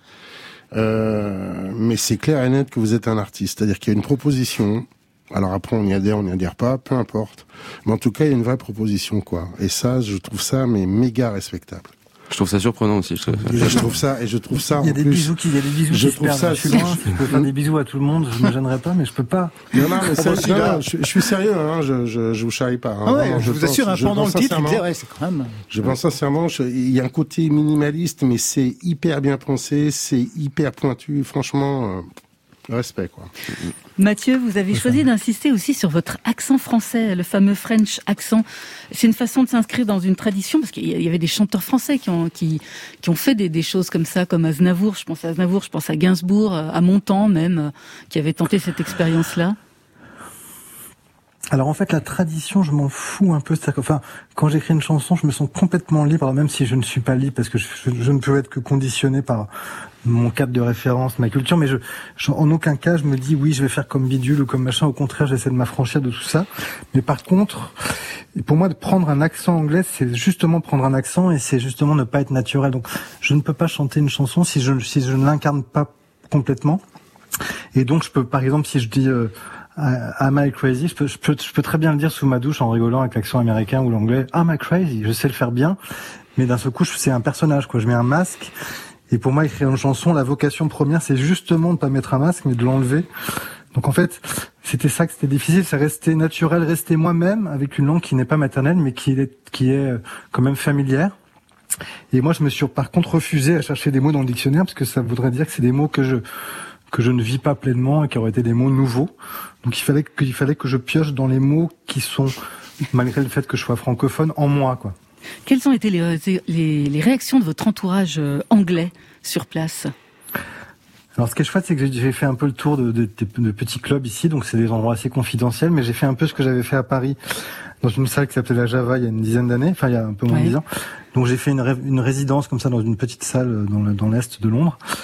Euh, mais c'est clair et net que vous êtes un artiste. C'est-à-dire qu'il y a une proposition. Alors après, on y adhère, on n'y adhère pas, peu importe. Mais en tout cas, il y a une vraie proposition, quoi. Et ça, je trouve ça, mais méga respectable. Je trouve ça surprenant aussi. Je trouve, et je trouve ça, et je trouve ça. Il y a en des plus, bisous qui, il y a des bisous je qui trouve se ça. perdent. Je suis loin, je peux faire des bisous à tout le monde, je me gênerai pas, mais je peux pas. Non, non, mais ça, aussi, non, là. je, je suis sérieux, hein, je, je, je vous charrie pas. Hein, Ah ouais, vraiment, je, vous pense, assure, hein, je pendant le pense titre, il me disait, sincèrement- ouais, c'est quand même. Je pense sincèrement, je- il y a un côté minimaliste, mais c'est hyper bien pensé, c'est hyper pointu. Franchement, euh, respect, quoi. Mathieu, vous avez choisi d'insister aussi sur votre accent français, le fameux French accent. C'est une façon de s'inscrire dans une tradition, parce qu'il y avait des chanteurs français qui ont, qui, qui ont fait des, des choses comme ça, comme Aznavour. Je pense à Aznavour, je pense à Gainsbourg, à Montand même, qui avait tenté cette expérience-là. Alors en fait, la tradition, je m'en fous un peu. C'est-à-dire que, enfin, quand j'écris une chanson, je me sens complètement libre, alors même si je ne suis pas libre, parce que je, je, je ne peux être que conditionné par mon cadre de référence, ma culture, mais je, je, en aucun cas, je me dis oui, je vais faire comme bidule ou comme machin. Au contraire, j'essaie de m'affranchir de tout ça. Mais par contre, pour moi, de prendre un accent anglais, c'est justement prendre un accent et c'est justement ne pas être naturel. Donc, je ne peux pas chanter une chanson si je, si je ne l'incarne pas complètement. Et donc, je peux, par exemple, si je dis euh, Am I crazy, je peux, je peux, je peux très bien le dire sous ma douche en rigolant avec l'accent américain ou l'anglais. Am I crazy? Je sais le faire bien, mais d'un seul coup, c'est un personnage, quoi. Je mets un masque. Et pour moi, écrire une chanson, la vocation première, c'est justement de pas mettre un masque, mais de l'enlever. Donc en fait, c'était ça que c'était difficile, c'est rester naturel, rester moi-même avec une langue qui n'est pas maternelle, mais qui est, qui est quand même familière. Et moi, je me suis par contre refusé à chercher des mots dans le dictionnaire, parce que ça voudrait dire que c'est des mots que je que je ne vis pas pleinement et qui auraient été des mots nouveaux. Donc il fallait que, il fallait que je pioche dans les mots qui sont, malgré le fait que je sois francophone, en moi, quoi. Quelles ont été les, les, les réactions de votre entourage anglais sur place? Alors ce qui est chouette, c'est que j'ai fait un peu le tour de, de, de, de petits clubs ici, donc c'est des endroits assez confidentiels, mais j'ai fait un peu ce que j'avais fait à Paris, dans une salle qui s'appelait la Java il y a une dizaine d'années, enfin il y a un peu moins de ouais. dix ans. Donc j'ai fait une, ré, une résidence comme ça dans une petite salle dans, le, dans l'est de Londres.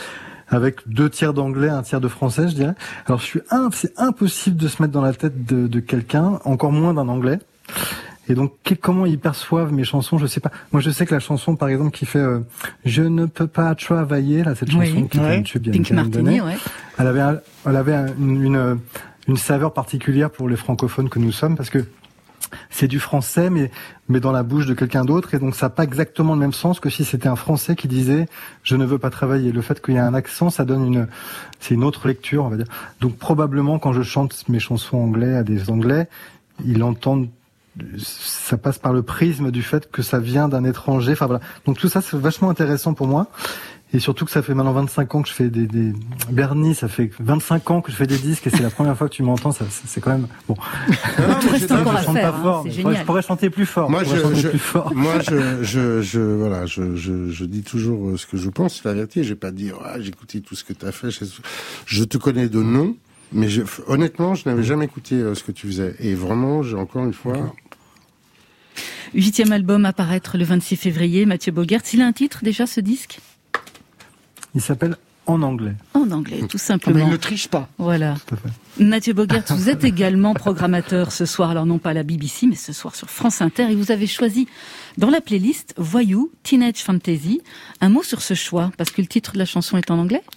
avec deux tiers d'anglais, un tiers de français, je dirais. Alors, je suis un, c'est impossible de se mettre dans la tête de, de quelqu'un, encore moins d'un anglais. Et donc, comment ils perçoivent mes chansons, je sais pas. Moi, je sais que la chanson, par exemple, qui fait euh, Je ne peux pas travailler, là, cette chanson oui, qui ouais. est une tube, Pink Martini, ouais. Elle avait, un, elle avait un, une, une, une saveur particulière pour les francophones que nous sommes, parce que c'est du français, mais, mais dans la bouche de quelqu'un d'autre, et donc ça n'a pas exactement le même sens que si c'était un Français qui disait « je ne veux pas travailler ». Le fait qu'il y a un accent, ça donne une, c'est une autre lecture, on va dire. Donc probablement, quand je chante mes chansons anglais à des Anglais, ils entendent, ça passe par le prisme du fait que ça vient d'un étranger. Enfin voilà. Donc tout ça, c'est vachement intéressant pour moi. Et surtout que ça fait maintenant vingt-cinq ans que je fais des, des... Bernie, ça fait vingt-cinq ans que je fais des disques et c'est la première fois que tu m'entends, ça, c'est quand même, bon. Non, tout reste encore à faire, hein, fort, c'est génial. Je pourrais chanter plus fort. Moi, je, je, plus fort. moi, je, je, je, voilà, je, je, je dis toujours ce que je pense, c'est la vérité. Je vais pas dire, ah, j'ai écouté tout ce que tu as fait. Je te connais de nom, mais je, honnêtement, je n'avais jamais écouté ce que tu faisais. Et vraiment, j'ai encore une fois... Huitième album à paraître le vingt-six février, Mathieu Bogert. Il a un titre déjà, ce disque? Il s'appelle En anglais. En anglais, tout simplement. Ah, mais il ne triche pas. Voilà. Mathieu Bogert, vous êtes également programmateur ce soir, alors non pas à la B B C, mais ce soir sur France Inter, et vous avez choisi dans la playlist Voyou, Teenage Fantasy. Un mot sur ce choix, parce que le titre de la chanson est en anglais?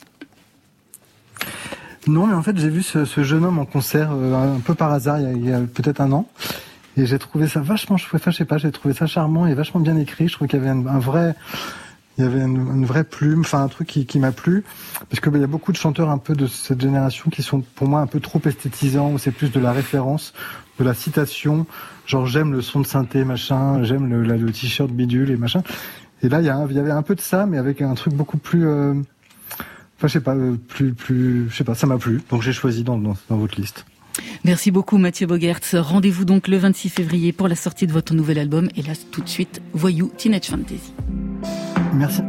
Non, mais en fait, j'ai vu ce, ce jeune homme en concert euh, un peu par hasard, il y a, il y a peut-être un an. Et j'ai trouvé ça vachement chouette, enfin, je sais pas, j'ai trouvé ça charmant et vachement bien écrit. Je trouve qu'il y avait un, un vrai... Il y avait une, une vraie plume, enfin un truc qui, qui m'a plu, parce que bah, il y a beaucoup de chanteurs un peu de cette génération qui sont pour moi un peu trop esthétisants, où c'est plus de la référence, de la citation, genre j'aime le son de synthé machin, j'aime le, la, le t-shirt bidule et machin. Et là il y, a un, il y avait un peu de ça, mais avec un truc beaucoup plus, euh, enfin je sais pas, plus, plus, je sais pas, ça m'a plu, donc j'ai choisi dans, dans, dans votre liste. Merci beaucoup Mathieu Bogert. Rendez-vous donc le vingt-six février pour la sortie de votre nouvel album, et là tout de suite Voyou, Teenage Fantasy. Merci.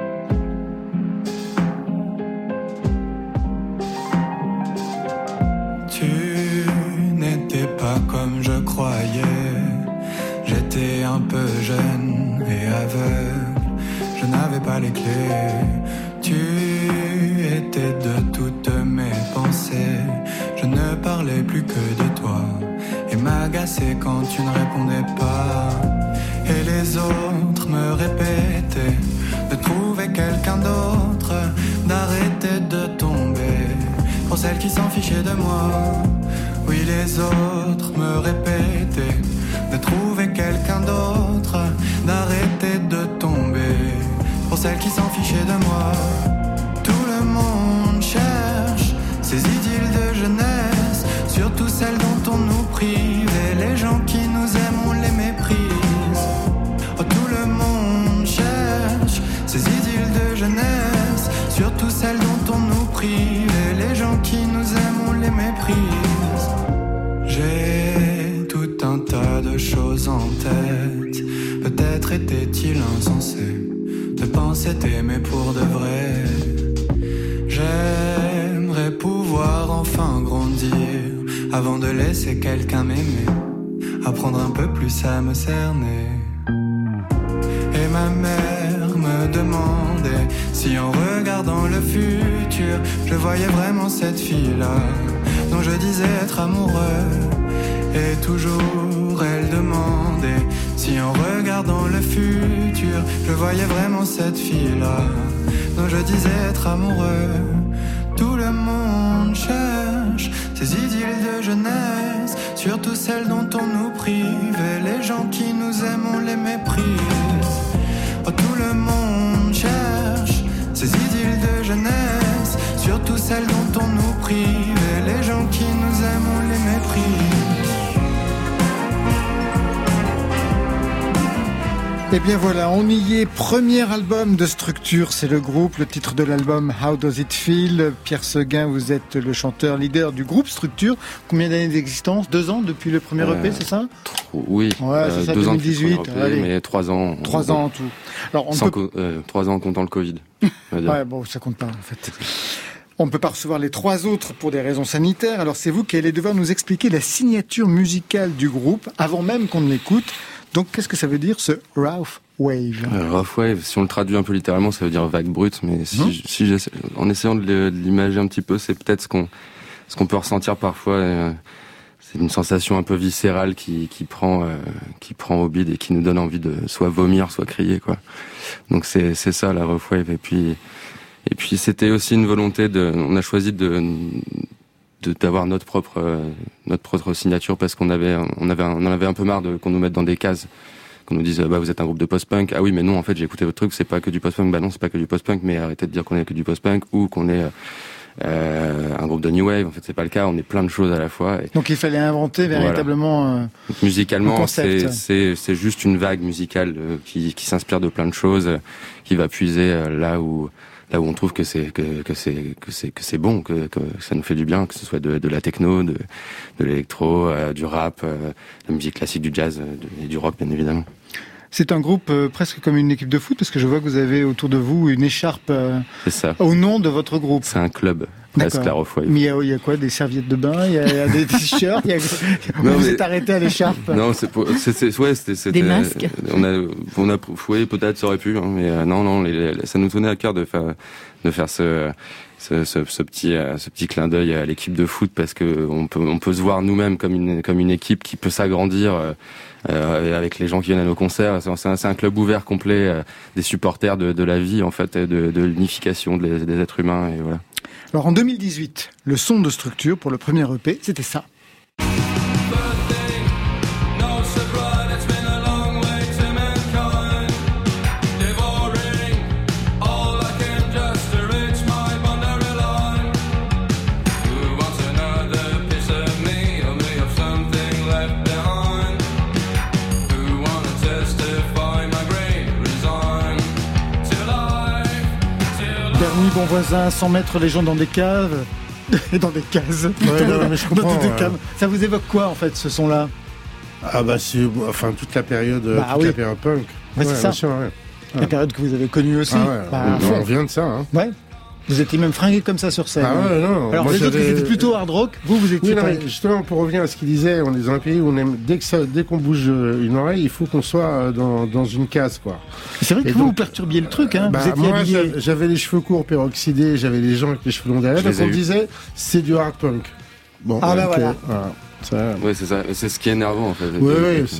Tu n'étais pas comme je croyais. J'étais un peu jeune et aveugle. Je n'avais pas les clés. Tu étais de toutes mes pensées. Je ne parlais plus que de toi et m'agaçais quand tu ne répondais pas. Et les autres me répétaient de trouver quelqu'un d'autre, d'arrêter de tomber pour celle qui s'en fichait de moi. Oui, les autres me répétaient de trouver quelqu'un d'autre, d'arrêter de tomber pour celle qui s'en fichait de moi. Tout le monde cherche ces idylles de jeunesse, surtout celles dont on nous prive, et les gens qui nous aiment on les méprise. Oh, tout le monde cherche ces idylles de jeunesse, surtout celles dont on nous prive, et les gens qui nous aiment on les méprise. J'ai tout un tas de choses en tête. Peut-être était-il insensé de penser t'aimer pour de vrai. J'aimerais pouvoir enfin grandir avant de laisser quelqu'un m'aimer, apprendre un peu plus à me cerner. Et ma mère me demandait si en regardant le futur je voyais vraiment cette fille-là dont je disais être amoureux. Et toujours elle demandait si en regardant le futur je voyais vraiment cette fille-là dont je disais être amoureux. Tout le monde cherche ces idylles de jeunesse, surtout celles dont on nous prive, et les gens qui nous aiment on les méprise. Oh, tout le monde cherche ces idylles de jeunesse, surtout celles dont on nous prive, et les gens qui nous aiment on les méprise. Eh bien voilà, on y est. Premier album de Structure, c'est le groupe. Le titre de l'album, How Does It Feel? Pierre Seguin, vous êtes le chanteur leader du groupe Structure. Combien d'années d'existence? Deux ans depuis le premier euh, E P, c'est ça? Oui, ouais, c'est euh, ça, deux deux mille dix-huit. Ans E P, allez. Mais trois ans. Trois ans en tout. Alors, on Sans peut... co- euh, trois ans en comptant le Covid. Ouais, bon, ça compte pas en fait. On ne peut pas recevoir les trois autres pour des raisons sanitaires. Alors c'est vous qui allez devoir nous expliquer la signature musicale du groupe avant même qu'on ne l'écoute. Donc qu'est-ce que ça veut dire ce Ralph Wave. Euh, rough wave, si on le traduit un peu littéralement, ça veut dire vague brute, mais si, mmh. si j'essaie, en essayant de, le, de l'imager un petit peu, c'est peut-être ce qu'on, ce qu'on peut ressentir parfois. Euh, c'est une sensation un peu viscérale qui, qui prend, euh, qui prend au bide et qui nous donne envie de soit vomir, soit crier, quoi. Donc c'est, c'est ça la rough wave. Et puis, et puis c'était aussi une volonté de, on a choisi de, de d'avoir notre propre, euh, notre propre signature parce qu'on avait, on avait, on en avait un peu marre de qu'on nous mette dans des cases. Qu'on nous dise bah vous êtes un groupe de post-punk, ah oui mais non en fait j'ai écouté votre truc, c'est pas que du post-punk, bah non c'est pas que du post-punk, mais arrêtez de dire qu'on est que du post-punk ou qu'on est euh, un groupe de new wave, en fait c'est pas le cas, on est plein de choses à la fois. Et donc il fallait inventer véritablement voilà. euh, musicalement c'est, c'est c'est juste une vague musicale euh, qui qui s'inspire de plein de choses, euh, qui va puiser euh, là où là où on trouve que c'est que que c'est que c'est que c'est bon, que, que ça nous fait du bien, que ce soit de de la techno, de de l'électro, euh, du rap, euh, de la musique classique, du jazz euh, et du rock bien évidemment. C'est un groupe euh, presque comme une équipe de foot parce que je vois que vous avez autour de vous une écharpe euh, c'est ça. Au nom de votre groupe. C'est un club. Presque la rough wave. Mais il y a, il y a quoi, des serviettes de bain, il y a, il y a des t-shirts, il y a... non, vous mais... êtes arrêté à l'écharpe. Non, c'est, pour, c'est, c'est ouais, c'était, c'était des masques. On a, on a, oui, peut-être ça aurait pu, hein, mais euh, non, non, les, les, ça nous tenait à cœur de faire, de faire ce, ce, ce, ce petit, euh, ce petit clin d'œil à l'équipe de foot parce que on peut, on peut se voir nous-mêmes comme une, comme une équipe qui peut s'agrandir. Euh, Euh, avec les gens qui viennent à nos concerts, c'est un, c'est un club ouvert complet, euh, des supporters de, de la vie en fait, de, de l'unification des, des êtres humains et voilà. Alors en deux mille dix-huit, le son de Structure pour le premier E P, c'était ça. Bon voisin, sans mettre les gens dans des caves et dans des cases. Ouais, non, mais je comprends. Dans des caves. Ouais. Ça vous évoque quoi en fait ce son-là? Ah bah c'est enfin toute la période, bah, toute oui. la période punk. Ouais, c'est ça. Sûr, ouais. La ouais. période que vous avez connue aussi. Ah ouais, bah, on, on vient de ça. Hein. Ouais. Vous étiez même fringué comme ça sur scène. Ah ouais, non. Alors moi, les autres, j'avais... ils étaient plutôt hard rock. Vous, vous étiez oui, non, pas... mais justement, pour revenir à ce qu'il disait, on est dans un pays où on aime, dès que ça, dès qu'on bouge une oreille, il faut qu'on soit dans, dans une case, quoi. C'est vrai que et vous, donc, vous perturbiez le truc, hein. Bah, vous étiez moi, habillé... j'avais les cheveux courts peroxydés, j'avais les gens avec les cheveux longs derrière, donc on me disait, c'est du hard punk. Bon, ah, bah donc, voilà. Euh, voilà. Ça... Oui, c'est ça. C'est ce qui est énervant, en fait. Oui, oui, c'est...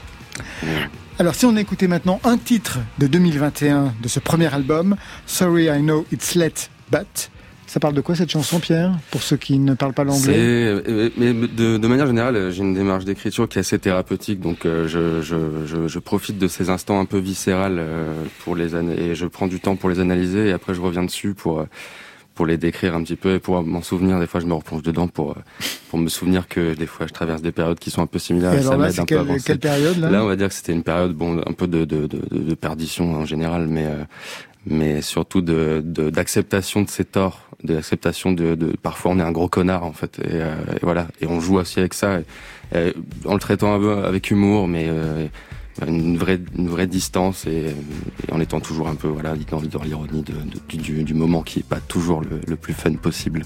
Ouais. Alors si on écoutait maintenant un titre de deux mille vingt et un de ce premier album, Sorry I Know It's Late But, ça parle de quoi cette chanson, Pierre, pour ceux qui ne parlent pas l'anglais? C'est, mais de, de manière générale, j'ai une démarche d'écriture qui est assez thérapeutique, donc euh, je, je, je, je profite de ces instants un peu viscérales euh, pour les an- et je prends du temps pour les analyser et après je reviens dessus pour pour les décrire un petit peu et pour m'en souvenir. Des fois, je me replonge dedans pour pour me souvenir que des fois, je traverse des périodes qui sont un peu similaires. Et et alors ça là, m'aide c'est un quelle, peu à avancer. Quelle période là Là, on va dire que c'était une période bon un peu de de de, de perdition en général, mais euh, mais surtout de, de d'acceptation de ses torts, d'acceptation de, de parfois on est un gros connard en fait et, euh, et voilà et on joue aussi avec ça et, et, en le traitant un peu avec humour mais euh, une vraie une vraie distance et, et en étant toujours un peu voilà dans, dans l'ironie de, de, du, du moment qui est pas toujours le, le plus fun possible.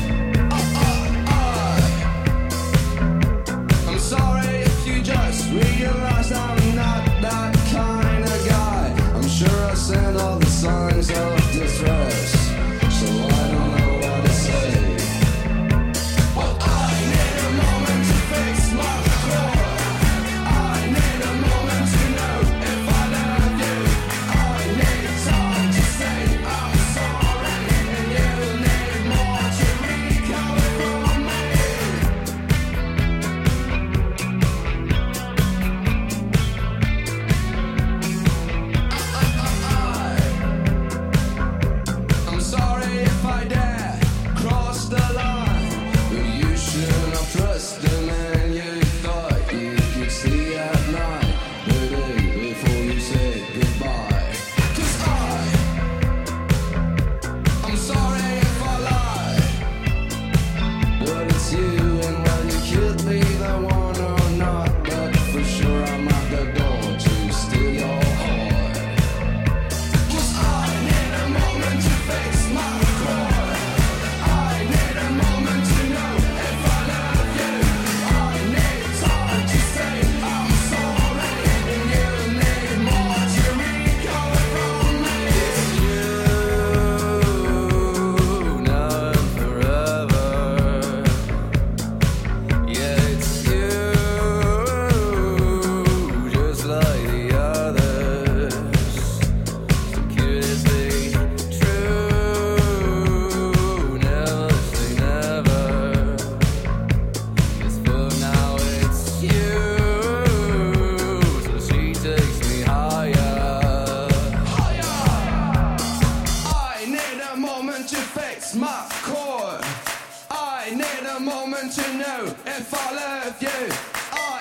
Sorry if you just read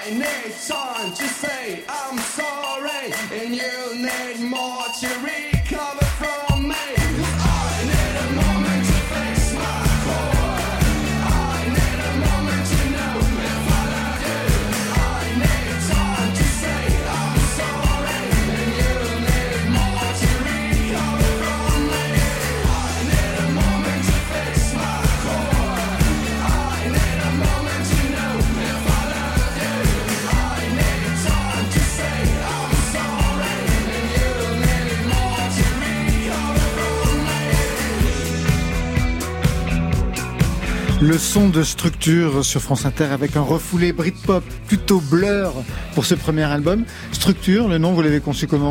I need time to say I'm sorry, and you need more to recover from me. I need a moment to fix my core. I need a moment to know if I love you. I need time to say I'm sorry, and you need more to recover from me. I need a moment to fix my core. I need a moment to know if I love you. I need time to say I'm sorry, and you need more to recover from me. Le son de Structure sur France Inter avec un refoulé Britpop plutôt Blur pour ce premier album. Structure, le nom, vous l'avez conçu comment ?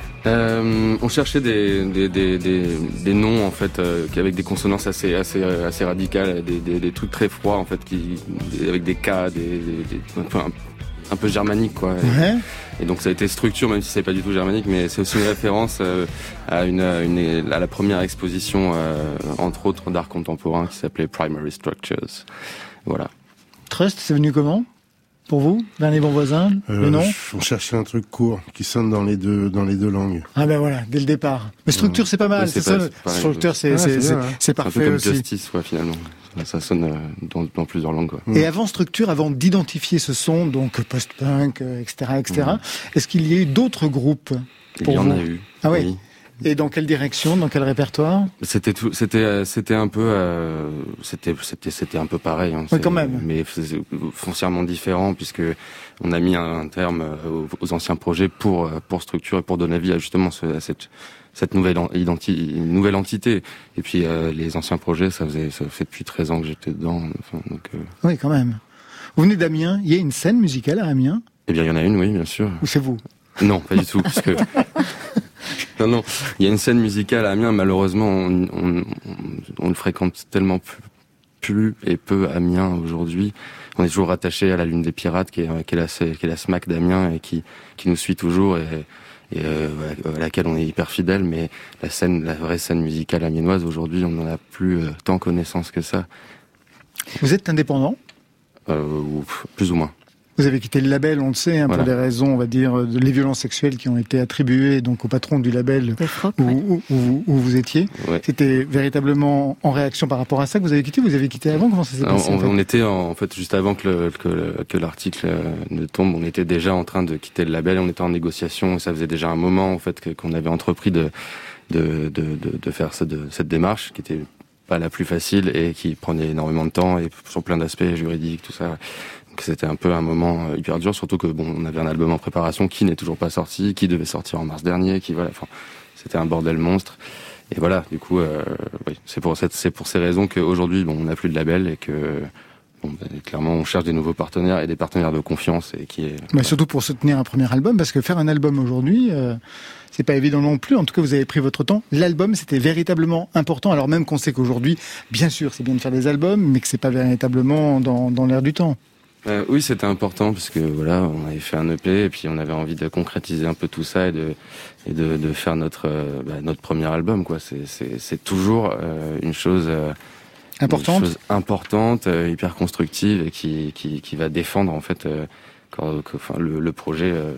Euh, on cherchait des, des, des, des, des noms en fait euh, avec des consonances assez, assez, assez radicales, des, des, des trucs très froids en fait, qui, avec des K, des, des, des, un, peu, un, un peu germanique quoi. Ouais. Et, et donc ça a été Structure, même si c'est pas du tout germanique, mais c'est aussi une référence euh, à, une, une, à la première exposition euh, entre autres d'art contemporain qui s'appelait Primary Structures. Voilà. Trust, c'est venu comment ? Pour vous, Dernier Bon Voisin, euh, le nom ? On cherchait un truc court qui sonne dans les deux dans les deux langues. Ah ben voilà, dès le départ. Mais Structure, c'est pas mal, Oui, c'est, c'est ça. pas- le- c'est pareil, Structure, c'est, ouais. c'est, Ah, c'est c'est, bien, hein. c'est C'est un peu parfait comme aussi. Justice ouais, finalement. Ça sonne euh, dans, dans plusieurs langues quoi. Et avant Structure, avant d'identifier ce son, donc post-punk, euh, et cetera, et cetera, Mmh. est-ce qu'il y a eu d'autres groupes Il pour y en vous a eu. Ah oui. Et dans quelle direction, dans quel répertoire ? C'était tout, c'était, euh, c'était un peu, euh, c'était, c'était, c'était un peu pareil. Hein, Oui, quand même. Mais c'est foncièrement différent puisque on a mis un, un terme aux, aux anciens projets pour pour Structure et pour donner vie à justement ce, à cette cette nouvelle identi- une nouvelle entité. Et puis euh, les anciens projets, ça faisait, ça fait depuis treize ans que j'étais dedans. Enfin, donc. Euh... Oui, quand même. Vous venez d'Amiens. Il y a une scène musicale à Amiens ? Eh bien, il y en a une, oui, bien sûr. Ou c'est vous ? Non, pas du tout, parce que non, non, il y a une scène musicale à Amiens. Malheureusement, on, on, on, on le fréquente tellement plus, plus et peu Amiens aujourd'hui. On est toujours rattaché à la Lune des Pirates, qui est, qui est la, qui est la SMAC d'Amiens et qui, qui nous suit toujours et, et euh, à laquelle on est hyper fidèle. Mais la scène, la vraie scène musicale amiénoise aujourd'hui, on n'en a plus euh, tant connaissance que ça. Vous êtes indépendant ? Euh, ou, plus ou moins. Vous avez quitté le label, on le sait, hein, Voilà. pour des raisons, on va dire, de les violences sexuelles qui ont été attribuées donc au patron du label Defrock, où, ouais. où, où- où vous étiez. Ouais. C'était véritablement en réaction par rapport à ça que vous avez quitté. Vous avez quitté avant ? Comment ça s'est On, passé en fait on était en, en fait juste avant que, le, que, le- que l'article euh, ne tombe, on était déjà en train de quitter le label, on était en négociation et ça faisait déjà un moment en fait que- qu'on avait entrepris de de, de, de, de faire cette, de, cette démarche qui était pas la plus facile et qui prenait énormément de temps et sur plein d'aspects juridiques, tout ça. Donc c'était un peu un moment hyper dur, surtout que bon, on avait un album en préparation qui n'est toujours pas sorti, qui devait sortir en mars dernier, qui voilà, enfin, c'était un bordel monstre. Et voilà, du coup, euh, oui, c'est pour cette, c'est pour ces raisons qu'aujourd'hui, bon, on n'a plus de label et que bon, ben, clairement, on cherche des nouveaux partenaires et des partenaires de confiance et qui est. Mais surtout pour soutenir un premier album, parce que faire un album aujourd'hui, euh, c'est pas évident non plus. En tout cas, vous avez pris votre temps. L'album, c'était véritablement important. Alors même qu'on sait qu'aujourd'hui, bien sûr, c'est bien de faire des albums, mais que c'est pas véritablement dans, dans l'air du temps. Euh, oui, c'était important parce que voilà, on avait fait un E P et puis on avait envie de concrétiser un peu tout ça et de et de, de faire notre euh, bah, notre premier album quoi. C'est c'est c'est toujours euh, une chose euh, Importante. une chose importante, euh, hyper constructive et qui qui qui va défendre en fait euh, quand, que, enfin le, le projet euh,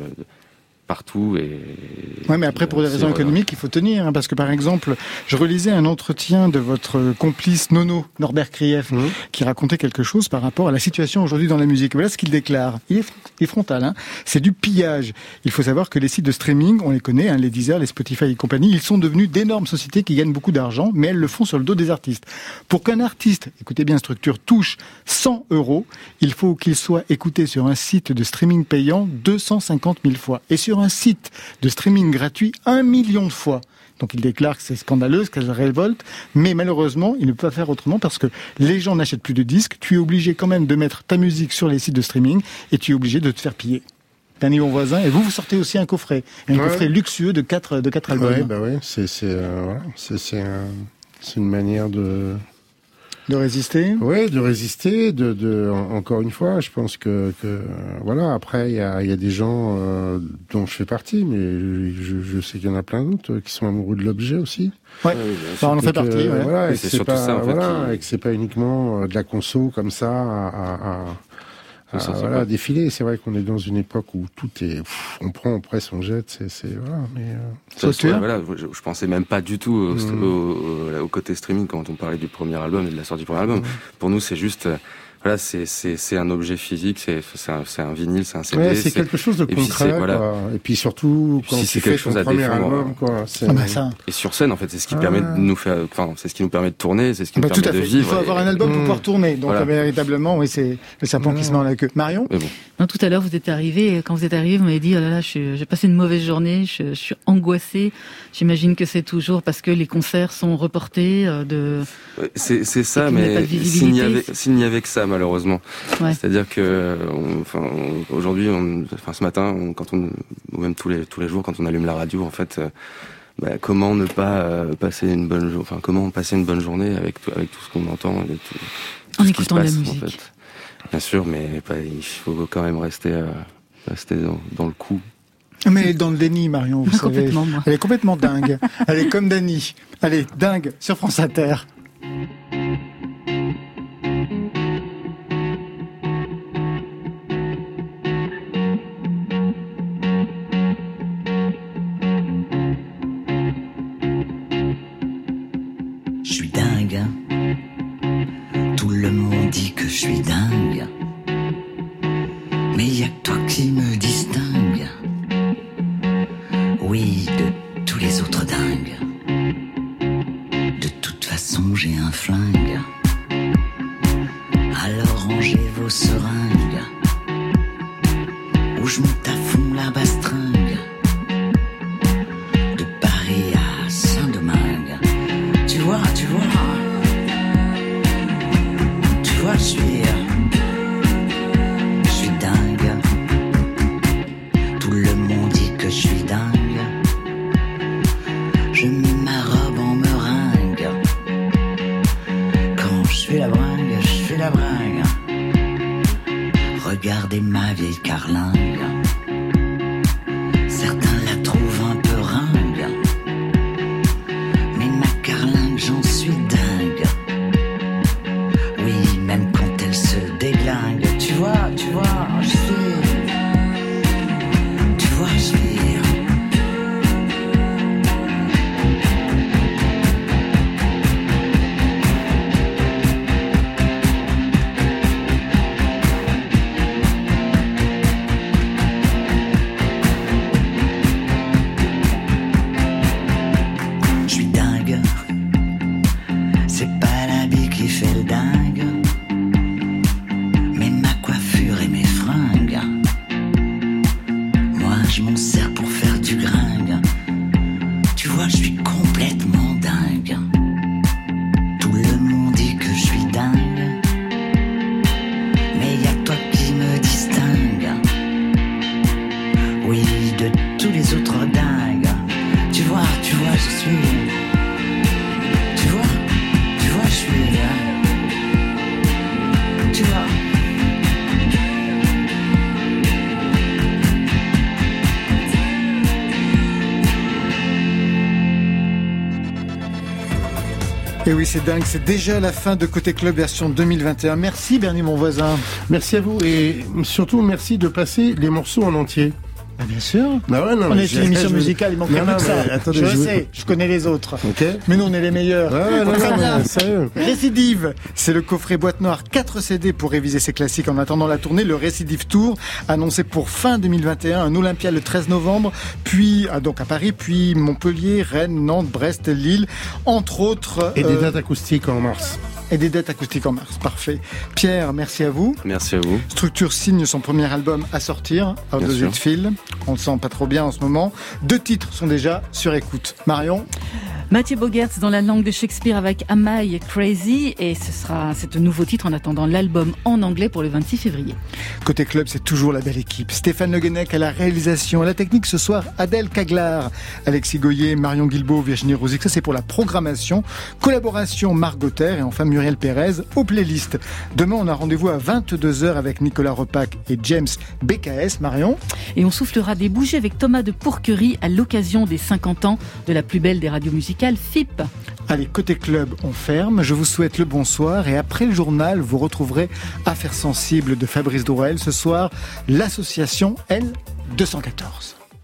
partout et. Ouais, mais après, pour des raisons économiques, il faut tenir, hein, parce que par exemple, je relisais un entretien de votre complice Nono, Norbert Krief, mmh. qui racontait quelque chose par rapport à la situation aujourd'hui dans la musique. Voilà ce qu'il déclare. Il est, il est frontal, hein. C'est du pillage. Il faut savoir que les sites de streaming, on les connaît, hein, les Deezer, les Spotify et compagnie, ils sont devenus d'énormes sociétés qui gagnent beaucoup d'argent, mais elles le font sur le dos des artistes. Pour qu'un artiste, écoutez bien Structure, touche cent euros, il faut qu'il soit écouté sur un site de streaming payant deux cent cinquante mille fois. Et sur un site de streaming gratuit, un million de fois. Donc il déclare que c'est scandaleux, qu'elle révolte, mais malheureusement, il ne peut pas faire autrement parce que les gens n'achètent plus de disques, tu es obligé quand même de mettre ta musique sur les sites de streaming et tu es obligé de te faire piller. Dernier bon voisin, et vous, vous sortez aussi un coffret, un ouais. coffret luxueux de quatre, de quatre albums. Oui, bah ouais, c'est, c'est, euh, voilà, c'est, c'est, un, c'est une manière de... De résister. Oui, de résister. De, de, encore une fois, je pense que, que voilà. Après, il y a, y a des gens euh, dont je fais partie, mais je, je sais qu'il y en a plein d'autres qui sont amoureux de l'objet aussi. Ouais. Enfin, on en fait partie. Ouais. Voilà, et c'est, c'est surtout pas, ça. En fait, voilà, qui... et que c'est pas uniquement de la conso comme ça à, à, Ah, ça, c'est voilà, quoi. défiler, c'est vrai qu'on est dans une époque où tout est, pff, on prend, on presse, on jette, c'est, c'est voilà, mais. Euh... Ça, c'est, ouais, voilà, je, je pensais même pas du tout au, mmh. au, au, au côté streaming quand on parlait du premier album et de la sortie du premier album. Mmh. Pour nous, c'est juste, euh, voilà, c'est c'est c'est un objet physique, c'est c'est un, c'est un vinyle, c'est un C D. Ouais, c'est, c'est quelque chose de concret, voilà. Quoi. Et puis surtout quand si tu fais ton premier album, quoi. C'est... Ah bah ça. Et sur scène, en fait, c'est ce qui ah. permet de nous faire, enfin, c'est ce qui nous permet de tourner, c'est ce qui bah nous permet tout à fait. de vivre. Il faut avoir un album mmh. pour pouvoir tourner. Donc voilà. Véritablement, oui, c'est le serpent mmh. qui se met dans la queue. Marion. Mais bon. Non, tout à l'heure, vous êtes arrivé, et quand vous êtes arrivé, vous m'avez dit, oh là là, je, j'ai passé une mauvaise journée, je, je suis angoissée. J'imagine que c'est toujours parce que les concerts sont reportés, euh, de. C'est, c'est ça, mais s'il n'y avait, s'il n'y avait que ça, malheureusement. Ouais. C'est-à-dire que, on, enfin, on, aujourd'hui, on, enfin, ce matin, on, quand on, ou même tous les, tous les jours, quand on allume la radio, en fait, euh, bah, comment ne pas euh, passer une bonne, enfin, comment passer une bonne journée avec tout, avec tout ce qu'on entend, et tout, tout en ce écoutant qui se passe, la musique. En fait. Bien sûr, mais pas, il faut quand même rester, euh, rester dans, dans le coup. Mais elle est dans le déni, Marion, vous savez. Moi. Elle est complètement dingue. Elle est comme Dany. Elle est dingue sur France Inter. Je suis dingue. Tout le monde dit que je suis dingue. Mais y a que toi qui me distingue. Oui, de tous les autres dingues. De toute façon, j'ai un flingue. Alors rangez vos seringues. Où je monte à fond la bastringue. De Paris à Saint-Domingue. Tu vois, tu vois. Tu vois, je suis. Je suis dingue. Tout le monde dit que je suis dingue. Je mets ma robe en meringue. Quand je fais la bringue, je fais la bringue. Regardez ma vieille carlingue. Certains la trouvent un peu ringue. Mais ma carlingue, j'en suis dingue. Oui, même quand elle se déglingue. Tu vois, tu vois, je suis. Tu vois, je suis. Et oui, c'est dingue, c'est déjà la fin de Côté Club version deux mille vingt et un. Merci Bernie, mon voisin. Merci à vous et surtout merci de passer les morceaux en entier. Ah bien sûr. Bah ouais, non, on est une émission je... musicale, il manque rien que ça. Attendez, je, je sais, je connais les autres. Okay. Mais nous, on est les meilleurs. Ouais, non, non, non, sérieux. Récidive, c'est le coffret boîte noire, quatre C D pour réviser ses classiques en attendant la tournée. Le Récidive Tour, annoncé pour fin deux mille vingt et un, un Olympia le treize novembre, puis ah, donc à Paris, puis Montpellier, Rennes, Nantes, Brest, Lille, entre autres. Et euh... des dates acoustiques en mars. Et des dates acoustiques en mars, parfait. Pierre, merci à vous. Merci à vous. Structure signe son premier album à sortir, Out of the Field. On le sent pas trop bien en ce moment. Deux titres sont déjà sur écoute. Marion ? Mathieu Bogertz dans la langue de Shakespeare avec Am I Crazy, et ce sera c'est un nouveau titre en attendant l'album en anglais pour le vingt-six février. Côté club, c'est toujours la belle équipe. Stéphane Le Guenec à la réalisation, à la technique ce soir, Adèle Caglar, Alexis Goyer, Marion Guilbault, Virginie Rosic, ça c'est pour la programmation. Collaboration Marc Gauthier et enfin Muriel Pérez aux playlists. Demain, on a rendez-vous à vingt-deux heures avec Nicolas Repac et James B K S. Marion ? Et on soufflera des bougies avec Thomas de Pourquerie à l'occasion des cinquante ans de la plus belle des radios musicales, F I P. Allez, côté club, on ferme. Je vous souhaite le bonsoir et après le journal, vous retrouverez Affaires sensibles de Fabrice Drouel. Ce soir, l'association L deux cent quatorze.